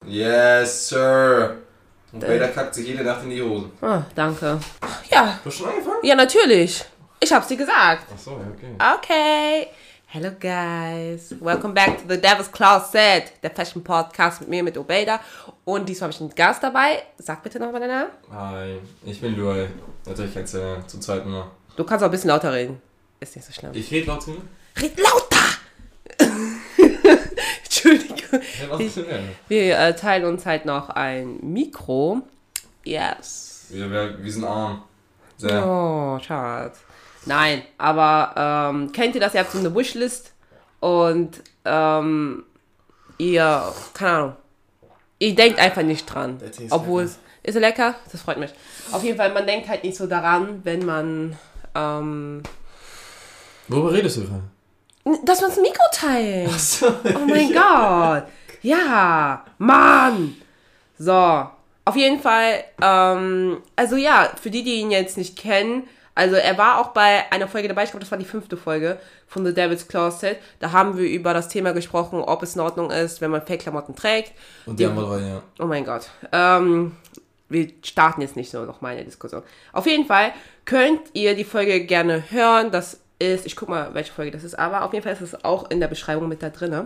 Yes, Sir. Und Vader kackt sich jede Nacht in die Hose. Ah, danke. Ja. Du hast schon angefangen? Ja, natürlich. Ich hab's dir gesagt. Ach so, ja, okay. Okay. Hello guys. Welcome back to the Devil's Closet, der Fashion Podcast mit mir, mit Obeida. Und diesmal habe ich einen Gast dabei. Sag bitte nochmal deinen Namen. Hi, ich bin Luai. Natürlich kennst du zum zweiten Mal. Du kannst auch ein bisschen lauter reden. Ist nicht so schlimm. Ich rede laut zu mir? Red lauter! Entschuldigung. Wir teilen uns halt noch ein Mikro. Yes. Wir sind arm. Sehr. Oh, Schatz. Nein, aber kennt ihr das? Ihr habt so eine Wishlist und ihr, keine Ahnung, ihr denkt einfach nicht dran. Obwohl es, ist er lecker? Das freut mich. Auf jeden Fall, man denkt halt nicht so daran, wenn man, Worüber redest du gerade? dass man das Mikro teilt. Ach so. Oh mein Gott. Ja, Mann. So, auf jeden Fall, also ja, für die ihn jetzt nicht kennen, also er war auch bei einer Folge dabei, ich glaube, das war die 5. Folge von The Devil's Closet. Da haben wir über das Thema gesprochen, ob es in Ordnung ist, wenn man Fake-Klamotten trägt. Und die haben wir dran, ja. Oh mein Gott. Wir starten jetzt nicht so noch mal eine Diskussion. Auf jeden Fall könnt ihr die Folge gerne hören. Das ist, ich guck mal, welche Folge das ist, aber auf jeden Fall ist es auch in der Beschreibung mit da drin.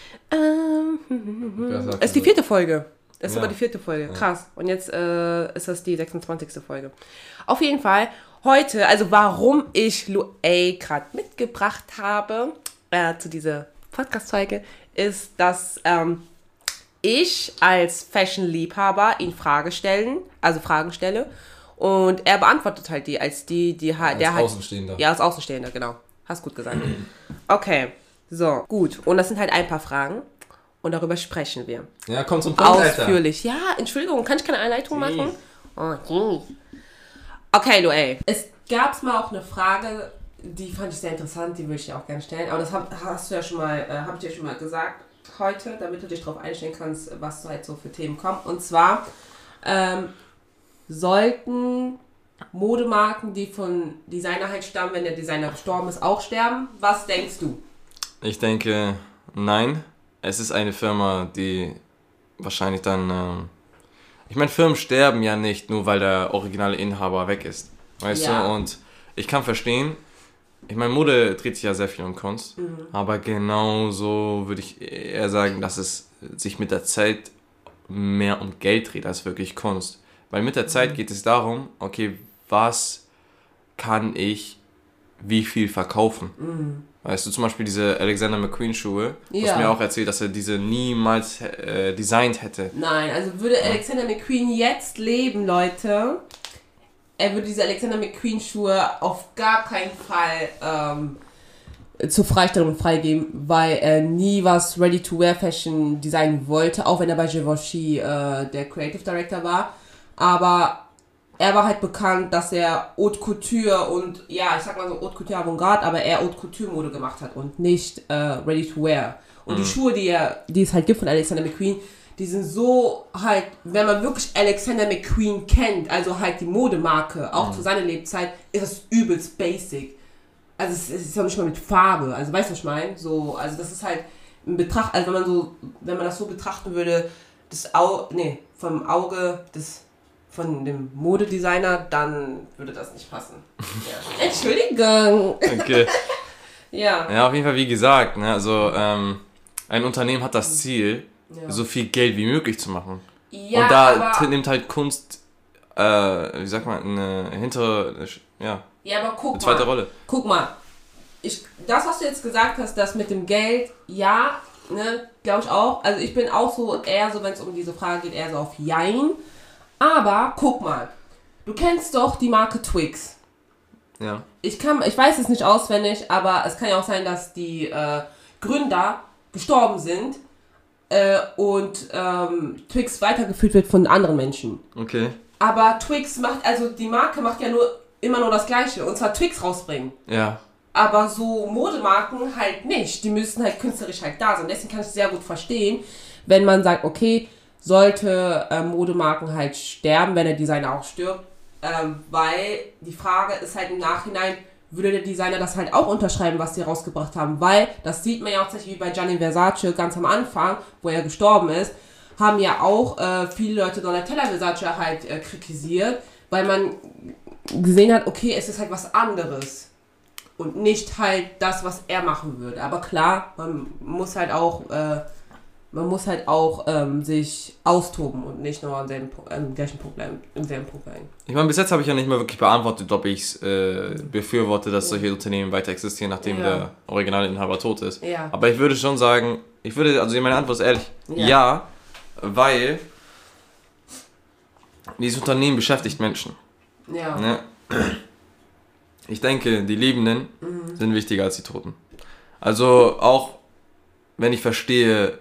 Es ist die 4. Folge. Das ist aber die 4. Folge. Ja. Krass. Und jetzt ist das die 26. Folge. Auf jeden Fall heute, also warum ich Luay gerade mitgebracht habe zu dieser Podcast-Folge, ist, dass ich als Fashion-Liebhaber ihn Fragen stelle und er beantwortet halt die, als Außenstehender. Ja, als Außenstehender, genau. Hast gut gesagt. Okay, so, gut. Und das sind halt ein paar Fragen. Und darüber sprechen wir. Ja, komm zum Punkt, ausführlich. Alter. Ja, Entschuldigung, kann ich keine Einleitung machen? Oh, okay, Luay. Es gab mal auch eine Frage, die fand ich sehr interessant, die würde ich dir auch gerne stellen. Aber das hast du ja schon mal, habe ich dir schon mal gesagt heute, damit du dich darauf einstellen kannst, was halt so für Themen kommen. Und zwar sollten Modemarken, die von Designer halt stammen, wenn der Designer gestorben ist, auch sterben? Was denkst du? Ich denke, nein. Es ist eine Firma, die wahrscheinlich dann... ich meine, Firmen sterben ja nicht, nur weil der originale Inhaber weg ist. Weißt du? Und ich kann verstehen, ich meine, Mode dreht sich ja sehr viel um Kunst, aber genauso würde ich eher sagen, dass es sich mit der Zeit mehr um Geld dreht als wirklich Kunst. Weil mit der Zeit geht es darum, okay, was kann ich wie viel verkaufen? Weißt du, zum Beispiel diese Alexander McQueen Schuhe, du hast mir auch erzählt, dass er diese niemals designt hätte. Nein, also würde Alexander McQueen jetzt leben, Leute, er würde diese Alexander McQueen Schuhe auf gar keinen Fall zur Freistellung freigeben, weil er nie was Ready-to-Wear-Fashion designen wollte, auch wenn er bei Givenchy der Creative Director war. Aber er war halt bekannt, dass er Haute Couture und, ja, ich sag mal so Haute Couture Avantgarde, aber er Haute Couture Mode gemacht hat und nicht Ready-to-Wear. Und die Schuhe, die es halt gibt von Alexander McQueen, die sind so halt, wenn man wirklich Alexander McQueen kennt, also halt die Modemarke, auch zu seiner Lebzeit, ist es übelst basic. Also es ist ja nicht mal mit Farbe, also weißt du, was ich meine? So, also das ist halt ein Betracht, also wenn man das so betrachten würde, vom Auge von dem Modedesigner, dann würde das nicht passen. Ja. Entschuldigung. Okay. Ja. Ja, auf jeden Fall, wie gesagt, ne, also ein Unternehmen hat das Ziel, so viel Geld wie möglich zu machen. Ja, und da nimmt halt Kunst, wie sagt man, eine zweite Rolle. Guck mal, das, was du jetzt gesagt hast, das mit dem Geld, ja, ne, glaube ich auch. Also ich bin auch so eher so, wenn es um diese Frage geht, eher so auf Jein. Aber guck mal, du kennst doch die Marke Twix. Ja. Ich weiß es nicht auswendig, aber es kann ja auch sein, dass die Gründer gestorben sind und Twix weitergeführt wird von anderen Menschen. Okay. Aber die Marke macht ja immer nur das Gleiche, und zwar Twix rausbringen. Ja. Aber so Modemarken halt nicht. Die müssen halt künstlerisch halt da sein. Deswegen kann ich es sehr gut verstehen, wenn man sagt, okay, sollte Modemarken halt sterben, wenn der Designer auch stirbt. Weil die Frage ist halt im Nachhinein, würde der Designer das halt auch unterschreiben, was die rausgebracht haben. Weil, das sieht man ja auch tatsächlich wie bei Gianni Versace ganz am Anfang, wo er gestorben ist, haben ja auch viele Leute Donatella Versace halt kritisiert, weil man gesehen hat, okay, es ist halt was anderes. Und nicht halt das, was er machen würde. Aber klar, man muss halt auch sich austoben und nicht nur im gleichen Problem, im selben Problem. Ich meine, bis jetzt habe ich ja nicht mal wirklich beantwortet, ob ich es befürworte, dass solche Unternehmen weiter existieren, nachdem der originale Inhaber tot ist. Ja. Aber ich würde schon sagen, also meine Antwort ist ehrlich, ja, weil dieses Unternehmen beschäftigt Menschen. Ja. Ne? Ich denke, die Lebenden sind wichtiger als die Toten. Also auch, wenn ich verstehe,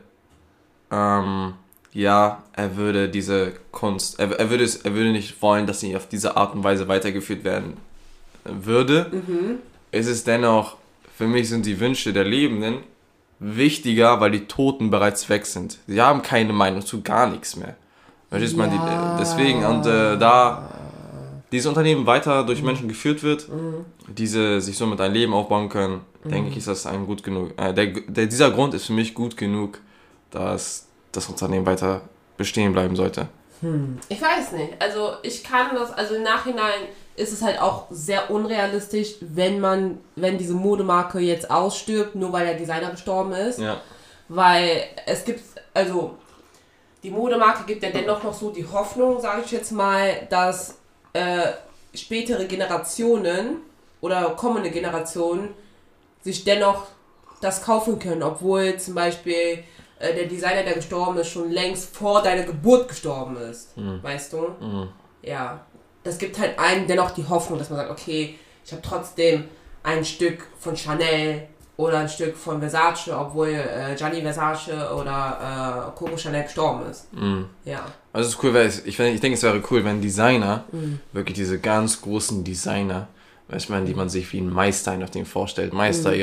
ja, er würde diese Kunst, er würde nicht wollen, dass sie auf diese Art und Weise weitergeführt werden würde. Ist es dennoch, für mich sind die Wünsche der Lebenden wichtiger, weil die Toten bereits weg sind. Sie haben keine Meinung zu gar nichts mehr. Verstehst du? Deswegen, und da dieses Unternehmen weiter durch Menschen geführt wird, diese sich somit ein Leben aufbauen können, denke ich, ist das ein gut genug. Dieser Grund ist für mich gut genug, dass das Unternehmen weiter bestehen bleiben sollte. Ich weiß nicht. Also im Nachhinein ist es halt auch sehr unrealistisch, wenn diese Modemarke jetzt ausstirbt, nur weil der Designer gestorben ist. Ja. Weil es gibt, also die Modemarke gibt ja dennoch noch so die Hoffnung, sage ich jetzt mal, dass spätere Generationen oder kommende Generationen sich dennoch das kaufen können, obwohl zum Beispiel der Designer, der gestorben ist, schon längst vor deiner Geburt gestorben ist. Weißt du? Ja. Das gibt halt einem dennoch die Hoffnung, dass man sagt, okay, ich habe trotzdem ein Stück von Chanel oder ein Stück von Versace, obwohl Gianni Versace oder Coco Chanel gestorben ist. Ja. Also es ist cool, weil ich denke, es wäre cool, wenn Designer, wirklich diese ganz großen Designer, ich meine, die man sich wie ein Meister auf dem vorstellt, Meister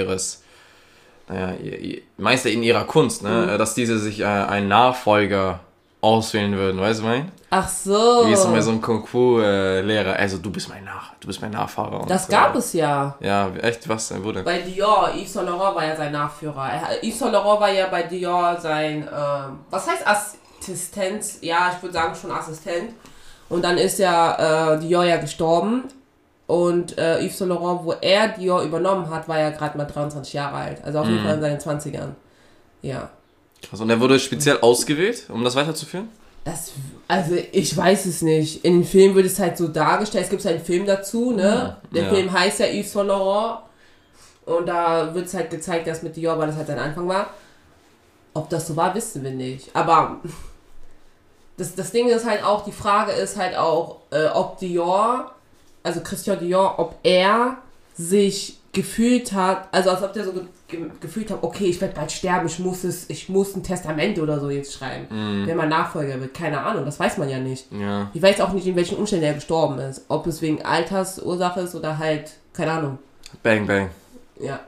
Meister in ihrer Kunst, ne? Dass diese sich einen Nachfolger auswählen würden, weißt du, mein? Ach so. Wie ist bei so einem Kung-Fu-Lehrer, also du bist mein Nachfahrer. Und das gab es ja. Ja, echt, was denn, wo denn? Bei Dior, Yves Saint Laurent war ja sein Nachführer. Yves Saint Laurent war ja bei Dior sein, was heißt Assistenz? Ja, ich würde sagen schon Assistent. Und dann ist ja Dior ja gestorben. Und Yves Saint Laurent, wo er Dior übernommen hat, war ja gerade mal 23 Jahre alt. Also auf jeden Fall in seinen 20ern. Ja. Krass. Und er wurde speziell ausgewählt, um das weiterzuführen? Also ich weiß es nicht. In den Filmen wird es halt so dargestellt. Es gibt einen Film dazu, ne? Der Film heißt ja Yves Saint Laurent. Und da wird es halt gezeigt, dass mit Dior, weil das halt sein Anfang war. Ob das so war, wissen wir nicht. Aber das Ding ist halt auch, die Frage ist halt auch, ob Dior, also Christian Dior, ob er sich gefühlt hat, also als ob der so gefühlt hat, okay, ich werde bald sterben, ich muss ein Testament oder so jetzt schreiben, wenn man Nachfolger wird, keine Ahnung, das weiß man ja nicht. Ja. Ich weiß auch nicht, in welchen Umständen er gestorben ist, ob es wegen Altersursache ist oder halt, keine Ahnung. Bang, bang. Ja.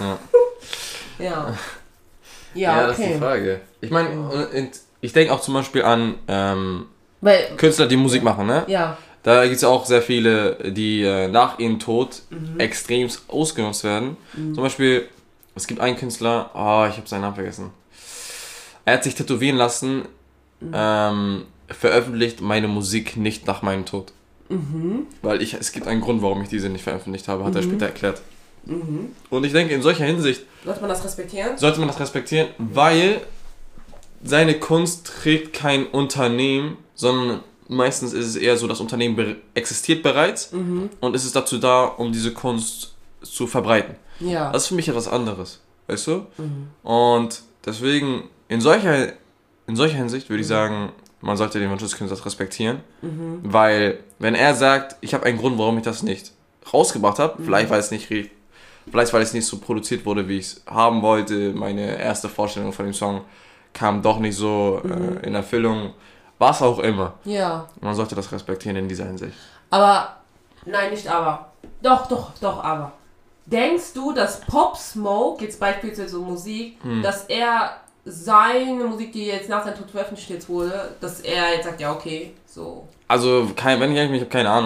Ja, okay. Das ist die Frage. Ich meine, ich denke auch zum Beispiel an Künstler, die Musik machen, ne? Ja. Da gibt es ja auch sehr viele, die nach ihrem Tod extremst ausgenutzt werden. Zum Beispiel, es gibt einen Künstler, ich habe seinen Namen vergessen. Er hat sich tätowieren lassen, veröffentlicht meine Musik nicht nach meinem Tod. Weil es gibt einen Grund, warum ich diese nicht veröffentlicht habe, hat er später erklärt. Und ich denke, in solcher Hinsicht sollte man das respektieren, weil seine Kunst trägt kein Unternehmen, sondern meistens ist es eher so, das Unternehmen existiert bereits und es ist dazu da, um diese Kunst zu verbreiten. Ja. Das ist für mich etwas anderes, weißt du? Und deswegen, in solcher Hinsicht würde ich sagen, man sollte den Wunsch des Künstlers respektieren, weil wenn er sagt, ich habe einen Grund, warum ich das nicht rausgebracht habe, vielleicht weil es nicht so produziert wurde, wie ich es haben wollte, meine erste Vorstellung von dem Song kam doch nicht so in Erfüllung, was auch immer. Ja. Man sollte das respektieren in dieser Hinsicht. Aber, nein, nicht aber. Doch, aber. Denkst du, dass Pop Smoke, jetzt beispielsweise so Musik, dass er seine Musik, die jetzt nach seinem Tod veröffentlicht wurde, dass er jetzt sagt, ja okay, so. Also, wenn ich ehrlich bin, ich habe keine Ahnung.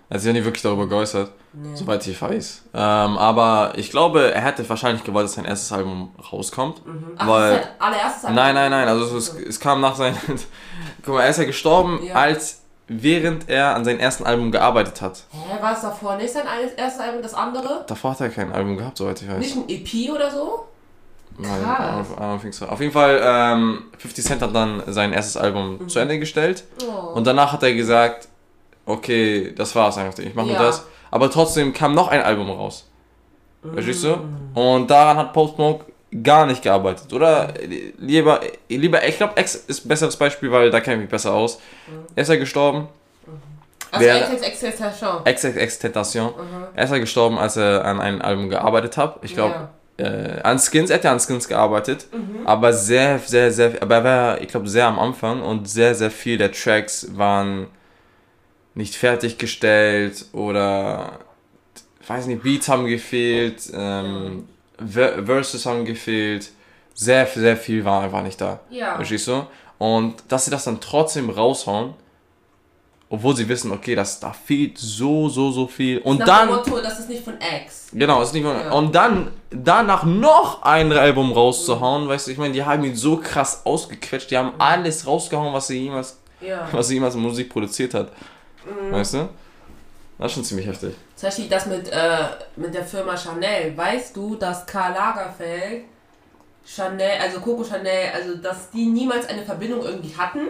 Er hat sich ja nie wirklich darüber geäußert, soweit ich weiß. Aber ich glaube, er hätte wahrscheinlich gewollt, dass sein erstes Album rauskommt. Ach, weil, das ist sein allererstes Album? Nein. Also es kam nach seinem... Guck mal, er ist ja gestorben, während er an seinem ersten Album gearbeitet hat. Hä, war es davor nicht sein erstes Album, das andere? Davor hat er kein Album gehabt, soweit ich weiß. Nicht ein EP oder so? Krass. Auf jeden Fall, 50 Cent hat dann sein erstes Album zu Ende gestellt. Oh. Und danach hat er gesagt, okay, das war's einfach, ich mache nur das. Aber trotzdem kam noch ein Album raus. Verstehst du? Und daran hat Pop Smoke gar nicht gearbeitet. Oder lieber ich glaube, X ist ein besseres Beispiel, weil da kenne ich mich besser aus. Er ist ja gestorben. Also XXXTentacion. Er ist ja gestorben, als er an einem Album gearbeitet hat. Ich glaube, an Skins, er hat ja an Skins gearbeitet, aber sehr, aber er war, ich glaube, sehr am Anfang und sehr, sehr viel der Tracks waren nicht fertiggestellt oder, weiß nicht, Beats haben gefehlt, Verses haben gefehlt, sehr, sehr viel war einfach nicht da. Verstehst du? Und dass sie das dann trotzdem raushauen, obwohl sie wissen, okay, da fehlt so viel. Und dann. Motto, das ist nicht von X. Genau, das ist nicht von X. Und dann danach noch ein Album rauszuhauen, weißt du, ich meine, die haben ihn so krass ausgequetscht, die haben alles rausgehauen, was sie jemals in Musik produziert hat. Weißt du? Das ist schon ziemlich heftig. Zum Beispiel das mit der Firma Chanel. Weißt du, dass Karl Lagerfeld, Chanel, also Coco Chanel, also dass die niemals eine Verbindung irgendwie hatten?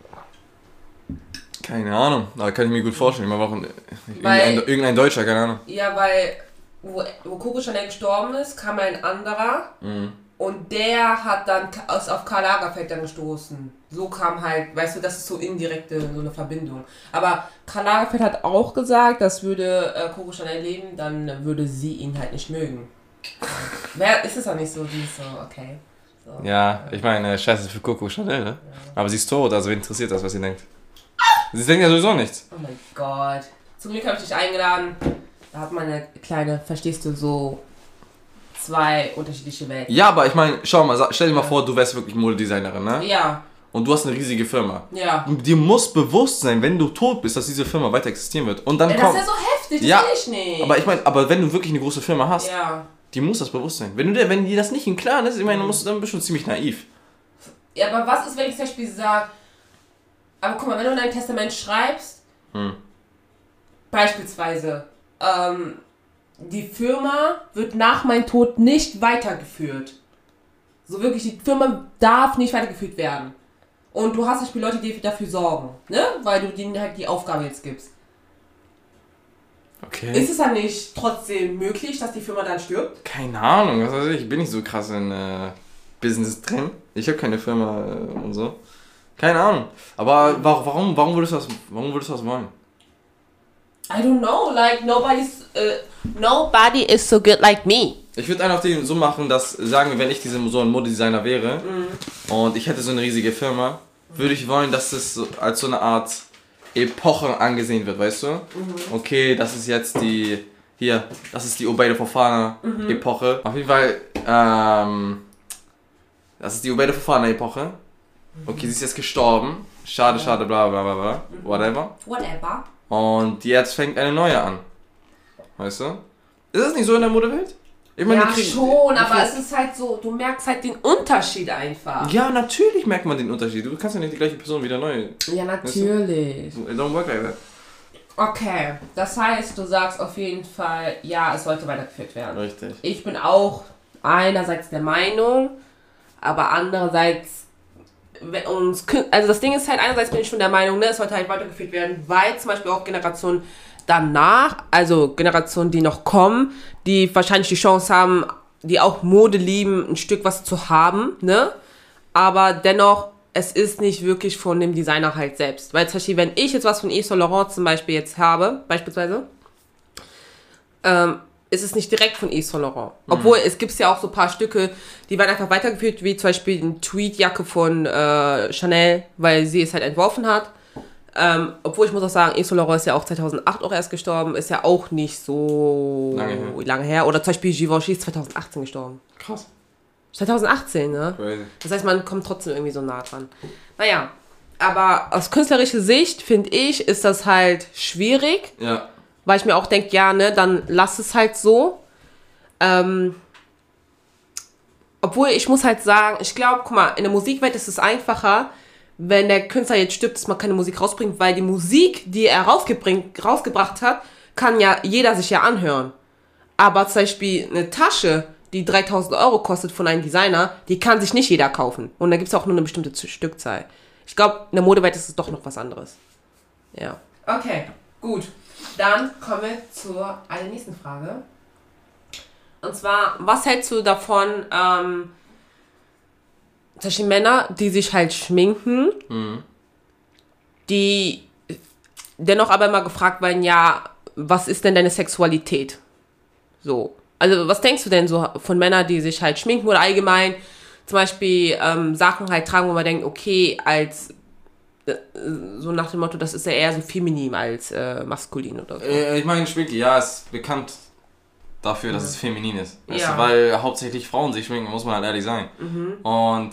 Keine Ahnung, aber kann ich mir gut vorstellen. Irgendein Deutscher, keine Ahnung. Ja, weil wo Coco Chanel gestorben ist, kam ein anderer und der hat dann auf Karl Lagerfeld dann gestoßen. So kam halt, weißt du, das ist so indirekte so eine Verbindung. Aber Karl Lagerfeld hat auch gesagt, dass würde Coco Chanel leben, dann würde sie ihn halt nicht mögen. Ist es auch nicht so, die ist so, okay. So. Ja, ich meine, scheiße für Coco Chanel, ne? Ja. Aber sie ist tot, also wen interessiert das, was sie denkt? Sie denkt ja sowieso nichts. Oh mein Gott. Zum Glück habe ich dich eingeladen. Da hat man eine kleine, verstehst du, so zwei unterschiedliche Welten. Ja, aber ich meine, schau mal, stell dir mal vor, du wärst wirklich Modedesignerin, ne? Ja. Und du hast eine riesige Firma. Ja. Und dir muss bewusst sein, wenn du tot bist, dass diese Firma weiter existieren wird. Und dann das ist ja so heftig, das will ich nicht. Aber ich meine, wenn du wirklich eine große Firma hast, dir muss das bewusst sein. Wenn dir das nicht im Klaren ist, ich meine, dann bist du schon ziemlich naiv. Ja, aber was ist, wenn ich zum Beispiel sage, aber guck mal, wenn du in dein Testament schreibst, beispielsweise, die Firma wird nach meinem Tod nicht weitergeführt. So wirklich, die Firma darf nicht weitergeführt werden. Und du hast zum Beispiel Leute, die dafür sorgen, ne? Weil du denen halt die Aufgabe jetzt gibst. Okay. Ist es dann nicht trotzdem möglich, dass die Firma dann stirbt? Keine Ahnung, was weiß ich bin nicht so krass in Business drin. Ich habe keine Firma und so. Keine Ahnung. Aber warum würdest du das wollen? I don't know, like nobody is so good like me. Ich würde einfach so machen, dass, sagen wir, wenn ich so ein Modedesigner wäre und ich hätte so eine riesige Firma, würde ich wollen, dass es so, als so eine Art Epoche angesehen wird, weißt du? Okay, das ist jetzt das ist die Obeida Fofana Epoche. Auf jeden Fall, das ist die Obeida Fofana Epoche. Okay, sie ist jetzt gestorben. Schade, bla bla bla bla. Whatever. Und jetzt fängt eine neue an. Weißt du? Ist das nicht so in der Modewelt? Ich meine, ja, schon, aber es ist halt so, du merkst halt den Unterschied einfach. Ja, natürlich merkt man den Unterschied. Du kannst ja nicht die gleiche Person wieder neu. Ja, natürlich. Weißt du? Don't work like that. Okay, das heißt, du sagst auf jeden Fall, ja, es sollte weitergeführt werden. Richtig. Ich bin auch einerseits der Meinung, aber andererseits, also das Ding ist halt, einerseits bin ich schon der Meinung, ne, es sollte halt weitergeführt werden, weil zum Beispiel auch Generationen danach, also Generationen, die noch kommen, die wahrscheinlich die Chance haben, die auch Mode lieben, ein Stück was zu haben, ne? Aber dennoch, es ist nicht wirklich von dem Designer halt selbst. Weil zum Beispiel, wenn ich jetzt was von Yves Saint Laurent zum Beispiel jetzt habe, beispielsweise, ist es nicht direkt von Yves Saint Laurent. Obwohl, es gibt ja auch so ein paar Stücke, die werden einfach weitergeführt, wie zum Beispiel eine Tweedjacke von Chanel, weil sie es halt entworfen hat. Obwohl, ich muss auch sagen, Yves Saint Laurent ist ja auch 2008 auch erst gestorben, ist ja auch nicht so lange her. Oder zum Beispiel Givenchy ist 2018 gestorben. Krass. 2018, ne? Crazy. Das heißt, man kommt trotzdem irgendwie so nah dran. Naja, aber aus künstlerischer Sicht, finde ich, ist das halt schwierig. Ja. weil ich mir auch denke, ja, ne, dann lass es halt so. Obwohl, ich muss halt sagen, ich glaube, guck mal, in der Musikwelt ist es einfacher, wenn der Künstler jetzt stirbt, dass man keine Musik rausbringt, weil die Musik, die er rausgebracht hat, kann ja jeder sich ja anhören. Aber zum Beispiel eine Tasche, die 3.000 Euro kostet von einem Designer, die kann sich nicht jeder kaufen. Und da gibt es auch nur eine bestimmte Stückzahl. Ich glaube, in der Modewelt ist es doch noch was anderes. Ja. Okay, gut. Dann kommen wir zur nächsten Frage. Und zwar, was hältst du davon, zum Beispiel Männer, die sich halt schminken, die dennoch aber immer gefragt werden, ja, was ist denn deine Sexualität? So. Also, was denkst du denn so von Männern, die sich halt schminken oder allgemein zum Beispiel Sachen halt tragen, wo man denkt, okay, als so nach dem Motto, das ist ja eher so feminin als maskulin oder so. Ich meine, Schminke, ja, ist bekannt dafür, dass es feminin ist. Weißt du, weil hauptsächlich Frauen sich schminken, muss man halt ehrlich sein. Und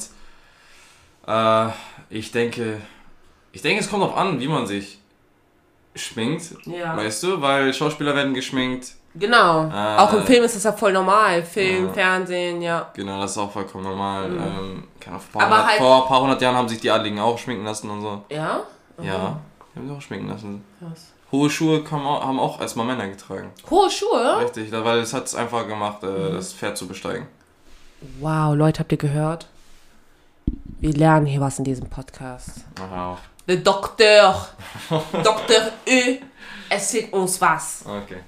ich denke, es kommt auch an, wie man sich schminkt, weißt du, weil Schauspieler werden geschminkt. Genau, auch im Film ist das ja voll normal, Film, Fernsehen, ja. Genau, das ist auch vollkommen normal. Vor ein paar hundert Jahren haben sich die Adligen auch schminken lassen und so. Ja? Ja, die haben sich auch schminken lassen. Krass. Hohe Schuhe haben auch erstmal Männer getragen. Hohe Schuhe? Richtig, weil es hat es einfach gemacht, das Pferd zu besteigen. Wow, Leute, habt ihr gehört? Wir lernen hier was in diesem Podcast. Aha. Der Doktor, Dr. Ö, erzählt uns was. Okay.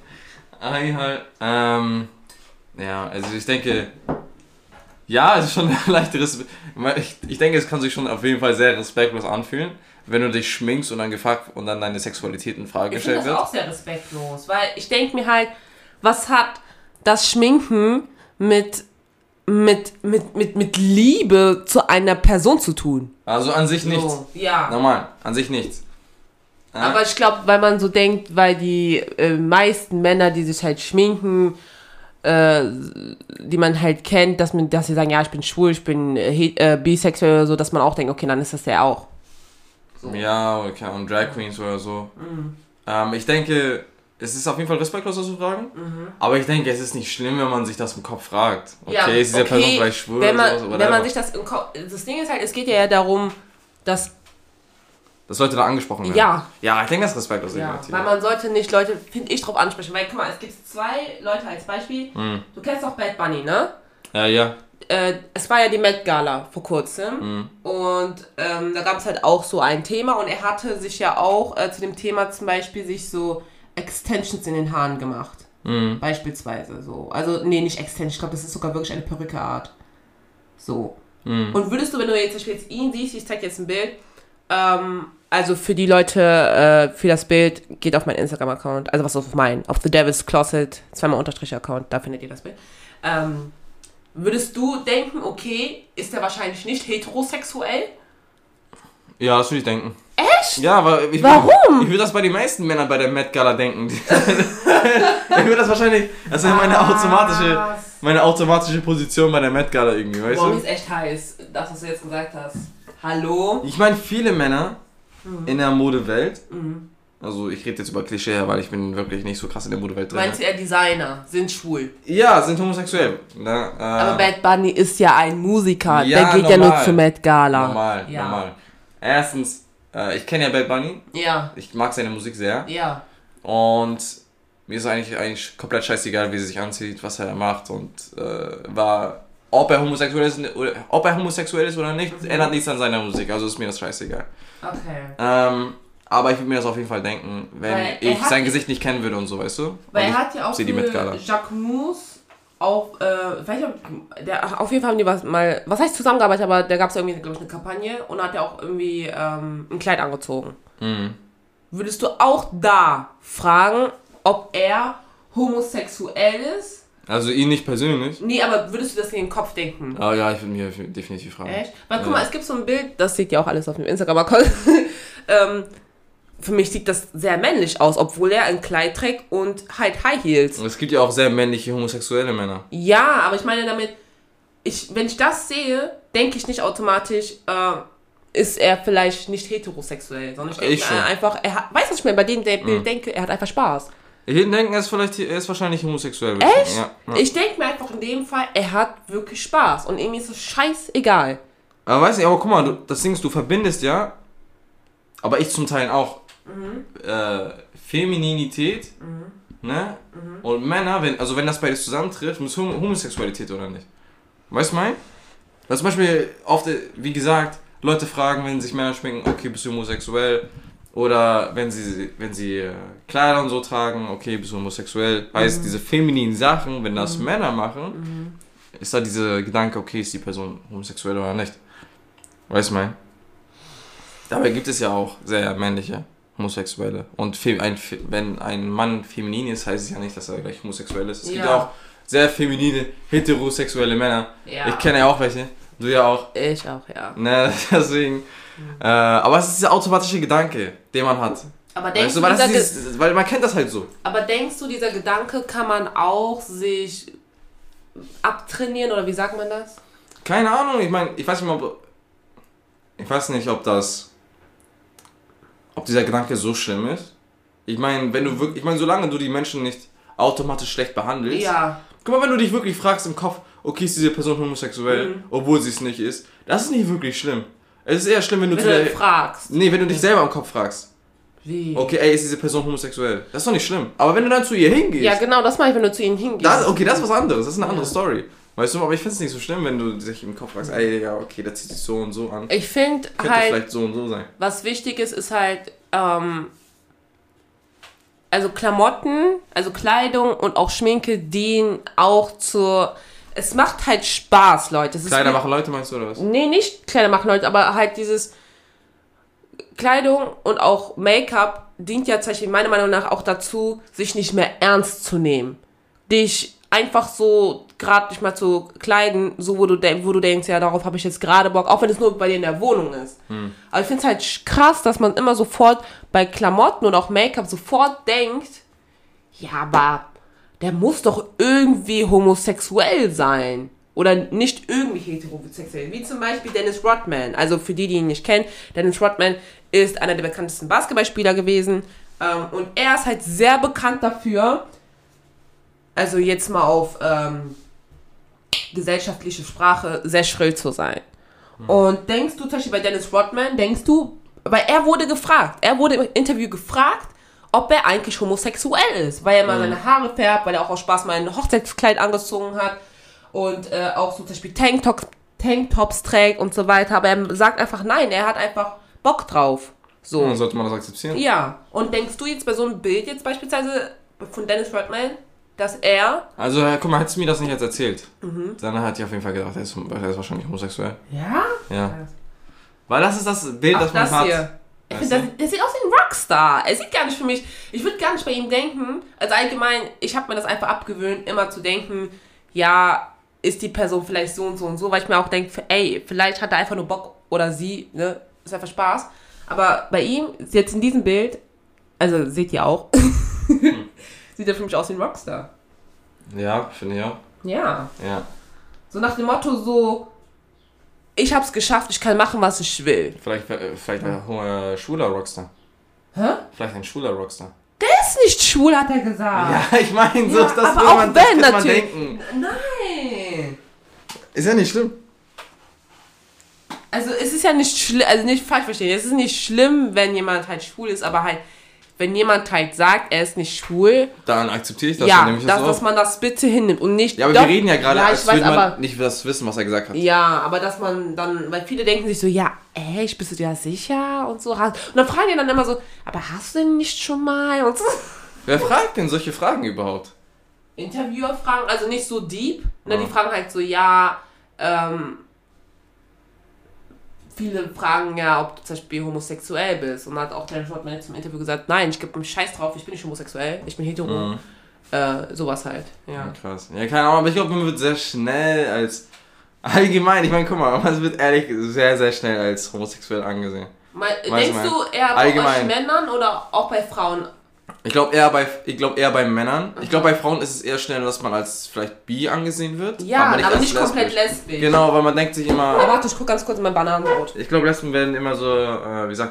Ja, also ich denke, ja, es ist schon ein leichteres. Ich denke, es kann sich schon auf jeden Fall sehr respektlos anfühlen, wenn du dich schminkst und dann gefragt und dann deine Sexualität in Frage gestellt wird. Ich finde das auch sehr respektlos, weil ich denke mir halt, was hat das Schminken mit Liebe zu einer Person zu tun? Also an sich nichts. So, ja. Normal, an sich nichts. Ja. Aber ich glaube, weil man so denkt, weil die meisten Männer, die sich halt schminken, die man halt kennt, dass sie sagen, ja, ich bin schwul, ich bin bisexuell oder so, dass man auch denkt, okay, dann ist das ja auch. So. Ja, okay, und Drag Queens oder so. Ich denke, es ist auf jeden Fall respektlos, das zu fragen. Aber ich denke, es ist nicht schlimm, wenn man sich das im Kopf fragt. Okay, ja, ist diese Person vielleicht schwul oder so? Wenn man sich das im Kopf... Das Ding ist halt, es geht ja darum, dass Leute da angesprochen werden. Ja. Ja, ich denke, das ist respektlos. Ja, weil man sollte nicht Leute, finde ich, drauf ansprechen. Weil, guck mal, es gibt 2 Leute als Beispiel. Du kennst doch Bad Bunny, ne? Ja. Es war ja die Met Gala vor kurzem. Und da gab es halt auch so ein Thema. Und er hatte sich ja auch zu dem Thema zum Beispiel sich so Extensions in den Haaren gemacht. Beispielsweise so. Also, nee, nicht Extensions. Ich glaube, das ist sogar wirklich eine Perücke-Art. So. Und würdest du, wenn du jetzt zum Beispiel jetzt ihn siehst, ich zeig dir jetzt ein Bild, also für die Leute, für das Bild, geht auf meinen Instagram-Account, also was auf The Devil's Closet, 2x_ Account, da findet ihr das Bild. Würdest du denken, okay, ist der wahrscheinlich nicht heterosexuell? Ja, das würde ich denken. Echt? Ja, aber warum? Ich würde das bei den meisten Männern bei der Met Gala denken. Ich würde das wahrscheinlich, das ist meine automatische Position bei der Met Gala irgendwie, weißt du? Boah, mir ist echt heiß, das, was du jetzt gesagt hast. Hallo? Ich meine, viele Männer in der Modewelt, also ich rede jetzt über Klischee her, weil ich bin wirklich nicht so krass in der Modewelt drin. Meinst du eher Designer, sind schwul? Ja, sind homosexuell. Ne? Aber Bad Bunny ist ja ein Musiker, der geht normal, ja nur zur Met Gala. Normal. Erstens, ich kenne ja Bad Bunny. Ja. Ich mag seine Musik sehr. Ja. Und mir ist eigentlich komplett scheißegal, wie er sich anzieht, was er macht und ob er homosexuell ist oder nicht, ändert nichts an seiner Musik, also ist mir das scheißegal. Okay. Aber ich würde mir das auf jeden Fall denken, wenn ich sein Gesicht nicht kennen würde und so, weißt du? Weil er hat ja auch für Jacquemus auch, auf jeden Fall haben die was heißt zusammengearbeitet, aber da gab es irgendwie, glaube ich, eine Kampagne und hat ja auch irgendwie ein Kleid angezogen. Würdest du auch da fragen, ob er homosexuell ist? Also ihn nicht persönlich? Nee, aber würdest du das in den Kopf denken? Oh ja, ich würde mir definitiv fragen. Echt? Weil guck mal, es gibt so ein Bild, das sieht ja auch alles auf dem Instagram-Account. Für mich sieht das sehr männlich aus, obwohl er ein Kleid trägt und halt High Heels. Es gibt ja auch sehr männliche homosexuelle Männer. Ja, aber ich meine damit, wenn ich das sehe, denke ich nicht automatisch, ist er vielleicht nicht heterosexuell, sondern ich denke einfach, weißt du, was ich mir bei dem Bild denke, er hat einfach Spaß. Jeden denken, er ist wahrscheinlich homosexuell. Echt? Ja. Ich denke mir einfach in dem Fall, er hat wirklich Spaß. Und irgendwie ist es scheißegal. Aber weiß nicht, aber guck mal, das Ding ist, du verbindest ja, aber ich zum Teil auch, Femininität, ne? Und Männer, wenn das beides zusammentrifft, muss Homosexualität oder nicht. Weißt du mein? Weil zum Beispiel oft, wie gesagt, Leute fragen, wenn sich Männer schminken, okay, bist du homosexuell? Oder wenn sie Kleider und so tragen, okay, bist du homosexuell? Heißt, diese femininen Sachen, wenn das Männer machen, ist da dieser Gedanke, okay, ist die Person homosexuell oder nicht? Weißt du mein? Dabei gibt es ja auch sehr männliche Homosexuelle. Und wenn ein Mann feminin ist, heißt es ja nicht, dass er gleich homosexuell ist. Es gibt ja auch sehr feminine, heterosexuelle Männer. Ja. Ich kenne ja auch welche. Du ja auch. Ich auch, ja. Ne, deswegen. Aber es ist dieser automatische Gedanke, den man hat. Aber denkst du, weil man kennt das halt so. Aber denkst du, dieser Gedanke kann man auch sich abtrainieren, oder wie sagt man das? Keine Ahnung, ich weiß nicht, ob dieser Gedanke so schlimm ist. Ich meine, solange du die Menschen nicht automatisch schlecht behandelst. Ja. Guck mal, wenn du dich wirklich fragst im Kopf, okay, ist diese Person homosexuell, obwohl sie es nicht ist, das ist nicht wirklich schlimm. Es ist eher schlimm, wenn du fragst. Nee, wenn du dich selber im Kopf fragst. Wie? Okay, ey, ist diese Person homosexuell? Das ist doch nicht schlimm. Aber wenn du dann zu ihr hingehst... Ja, genau, das mache ich, wenn du zu ihnen hingehst. Das ist was anderes, das ist eine andere Story. Weißt du, aber ich finde es nicht so schlimm, wenn du dich im Kopf fragst, ey, Digga, okay, das zieht sich so und so an. Ich finde halt... Könnte vielleicht so und so sein. Was wichtig ist halt, also Klamotten, also Kleidung und auch Schminke dienen auch zur... Es macht halt Spaß, Leute. Kleider machen Leute, meinst du, oder was? Nee, nicht Kleider machen Leute, aber halt dieses Kleidung und auch Make-up dient ja tatsächlich meiner Meinung nach auch dazu, sich nicht mehr ernst zu nehmen. Dich einfach so gerade nicht mal zu kleiden, so wo du denkst, ja, darauf habe ich jetzt gerade Bock, auch wenn es nur bei dir in der Wohnung ist. Aber ich finde es halt krass, dass man immer sofort bei Klamotten und auch Make-up sofort denkt, ja, aber der muss doch irgendwie homosexuell sein. Oder nicht irgendwie heterosexuell. Wie zum Beispiel Dennis Rodman. Also für die ihn nicht kennen, Dennis Rodman ist einer der bekanntesten Basketballspieler gewesen. Und er ist halt sehr bekannt dafür, also jetzt mal auf gesellschaftliche Sprache, sehr schrill zu sein. Und denkst du, zum Beispiel bei Dennis Rodman, weil er wurde im Interview gefragt, ob er eigentlich homosexuell ist, weil er mal seine Haare färbt, weil er auch aus Spaß mal ein Hochzeitskleid angezogen hat und auch so zum Beispiel Tanktops trägt und so weiter, aber er sagt einfach nein, er hat einfach Bock drauf. So. Ja, sollte man das akzeptieren? Ja, und denkst du jetzt bei so einem Bild jetzt beispielsweise von Dennis Rodman, dass er... Also, guck mal, hättest du mir das nicht jetzt erzählt, dann hätte ich auf jeden Fall gedacht, er ist wahrscheinlich homosexuell. Ja? Ja. Weil das ist das Bild, das man hat. Hier. Ich finde, der sieht aus wie ein Rockstar. Er sieht gar nicht für mich... Ich würde gar nicht bei ihm denken... Also allgemein, ich habe mir das einfach abgewöhnt, immer zu denken, ja, ist die Person vielleicht so und so und so, weil ich mir auch denke, ey, vielleicht hat er einfach nur Bock oder sie, ne, ist einfach Spaß. Aber bei ihm, jetzt in diesem Bild, also seht ihr auch, sieht er für mich aus wie ein Rockstar. Ja, finde ich auch. Ja. Ja. So nach dem Motto so, ich hab's geschafft, ich kann machen, was ich will. Vielleicht ein schwuler Rockstar. Hä? Vielleicht ein schwuler Rockstar. Der ist nicht schwul, hat er gesagt. Ja, ich meine, so ja, ist das, aber auch das wenn, kann man natürlich. denken. Nein. Ist ja nicht schlimm. Also es ist ja nicht schlimm, also nicht falsch verstehen, es ist nicht schlimm, wenn jemand halt schwul ist, aber halt, wenn jemand halt sagt, er ist nicht schwul, dann akzeptiere ich das. Ja, dann nehme ich das dass man das bitte hinnimmt und nicht... Ja, aber wir reden ja gerade, als würde man aber, nicht das wissen, was er gesagt hat. Ja, aber dass man dann, weil viele denken sich so, ja, echt, bist du dir sicher und so. Und dann fragen die dann immer so, aber hast du denn nicht schon mal und so. Wer fragt denn solche Fragen überhaupt? Interviewer fragen, also nicht so deep, ne, die fragen halt so, ja, viele fragen ja, ob du zum Beispiel homosexuell bist. Und hat auch Dennis Rodman jetzt im Interview gesagt, nein, ich gebe einen Scheiß drauf, ich bin nicht homosexuell, ich bin hetero. Sowas halt, ja. Krass. Ja, keine Ahnung, aber ich glaube, man wird sehr schnell als... Allgemein, ich meine, guck mal, man wird ehrlich sehr, sehr schnell als homosexuell angesehen. Denkst du eher bei euch Männern oder auch bei Frauen? Ich glaube eher bei Männern. Ich glaube, bei Frauen ist es eher schnell, dass man als vielleicht bi angesehen wird. Ja, aber nicht komplett lesbisch. Genau, weil man denkt sich immer... Aber warte, ich guck ganz kurz in mein Bananenbrot. Ich glaube, Lesben werden immer so, wie sagt man?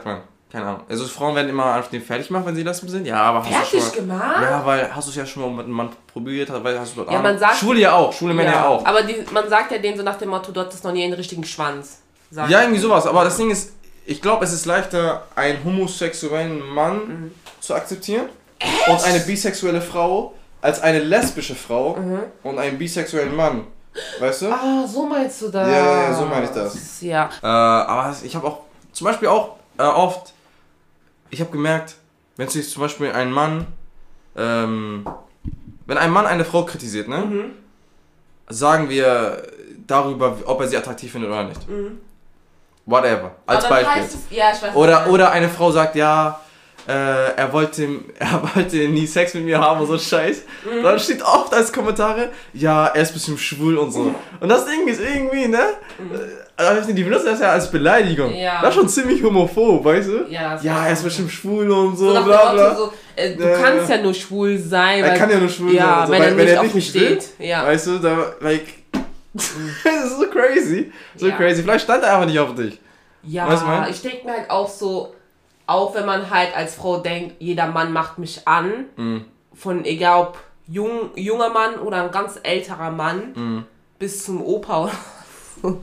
keine Ahnung. Also Frauen werden immer auf den fertig gemacht, wenn sie lesbisch sind. Ja, aber hast du schon mal... gemacht? Ja, weil hast du es ja schon mal mit einem Mann probiert, weil hast du ja, man sagt, Schwule ja auch, schwule Männer ja auch. Aber man sagt ja denen so nach dem Motto, du hattest noch nie einen richtigen Schwanz. Ja, irgendwie sowas. Aber das Ding ist, ich glaube, es ist leichter, einen homosexuellen Mann zu akzeptieren und eine bisexuelle Frau als eine lesbische Frau und einen bisexuellen Mann. Weißt du? Ah, so meinst du das? Ja, so meine ich das. Ja. Aber ich habe auch zum Beispiel auch oft, ich habe gemerkt, wenn sich zum Beispiel ein Mann, wenn ein Mann eine Frau kritisiert, ne, sagen wir darüber, ob er sie attraktiv findet oder nicht. Whatever, als Beispiel. Ja, ich weiß, oder eine Frau sagt, ja, er wollte nie Sex mit mir haben und so Scheiß. Dann steht oft als Kommentare, ja, er ist ein bisschen schwul und so. Und das Ding ist irgendwie, ne? Die benutzen das ja als Beleidigung. Ja. Das ist schon ziemlich homophob, weißt du? Ja, er ist bestimmt schwul und so, bla bla. So, du kannst ja nur schwul sein. Er kann ja nur schwul sein. Ja, wenn er nicht steht. Ja. Weißt du, das ist so crazy. Crazy. Vielleicht stand er einfach nicht auf dich. Ja, ich denke mir halt auch so, auch wenn man halt als Frau denkt, jeder Mann macht mich an, von egal ob junger Mann oder ein ganz älterer Mann, bis zum Opa oder so.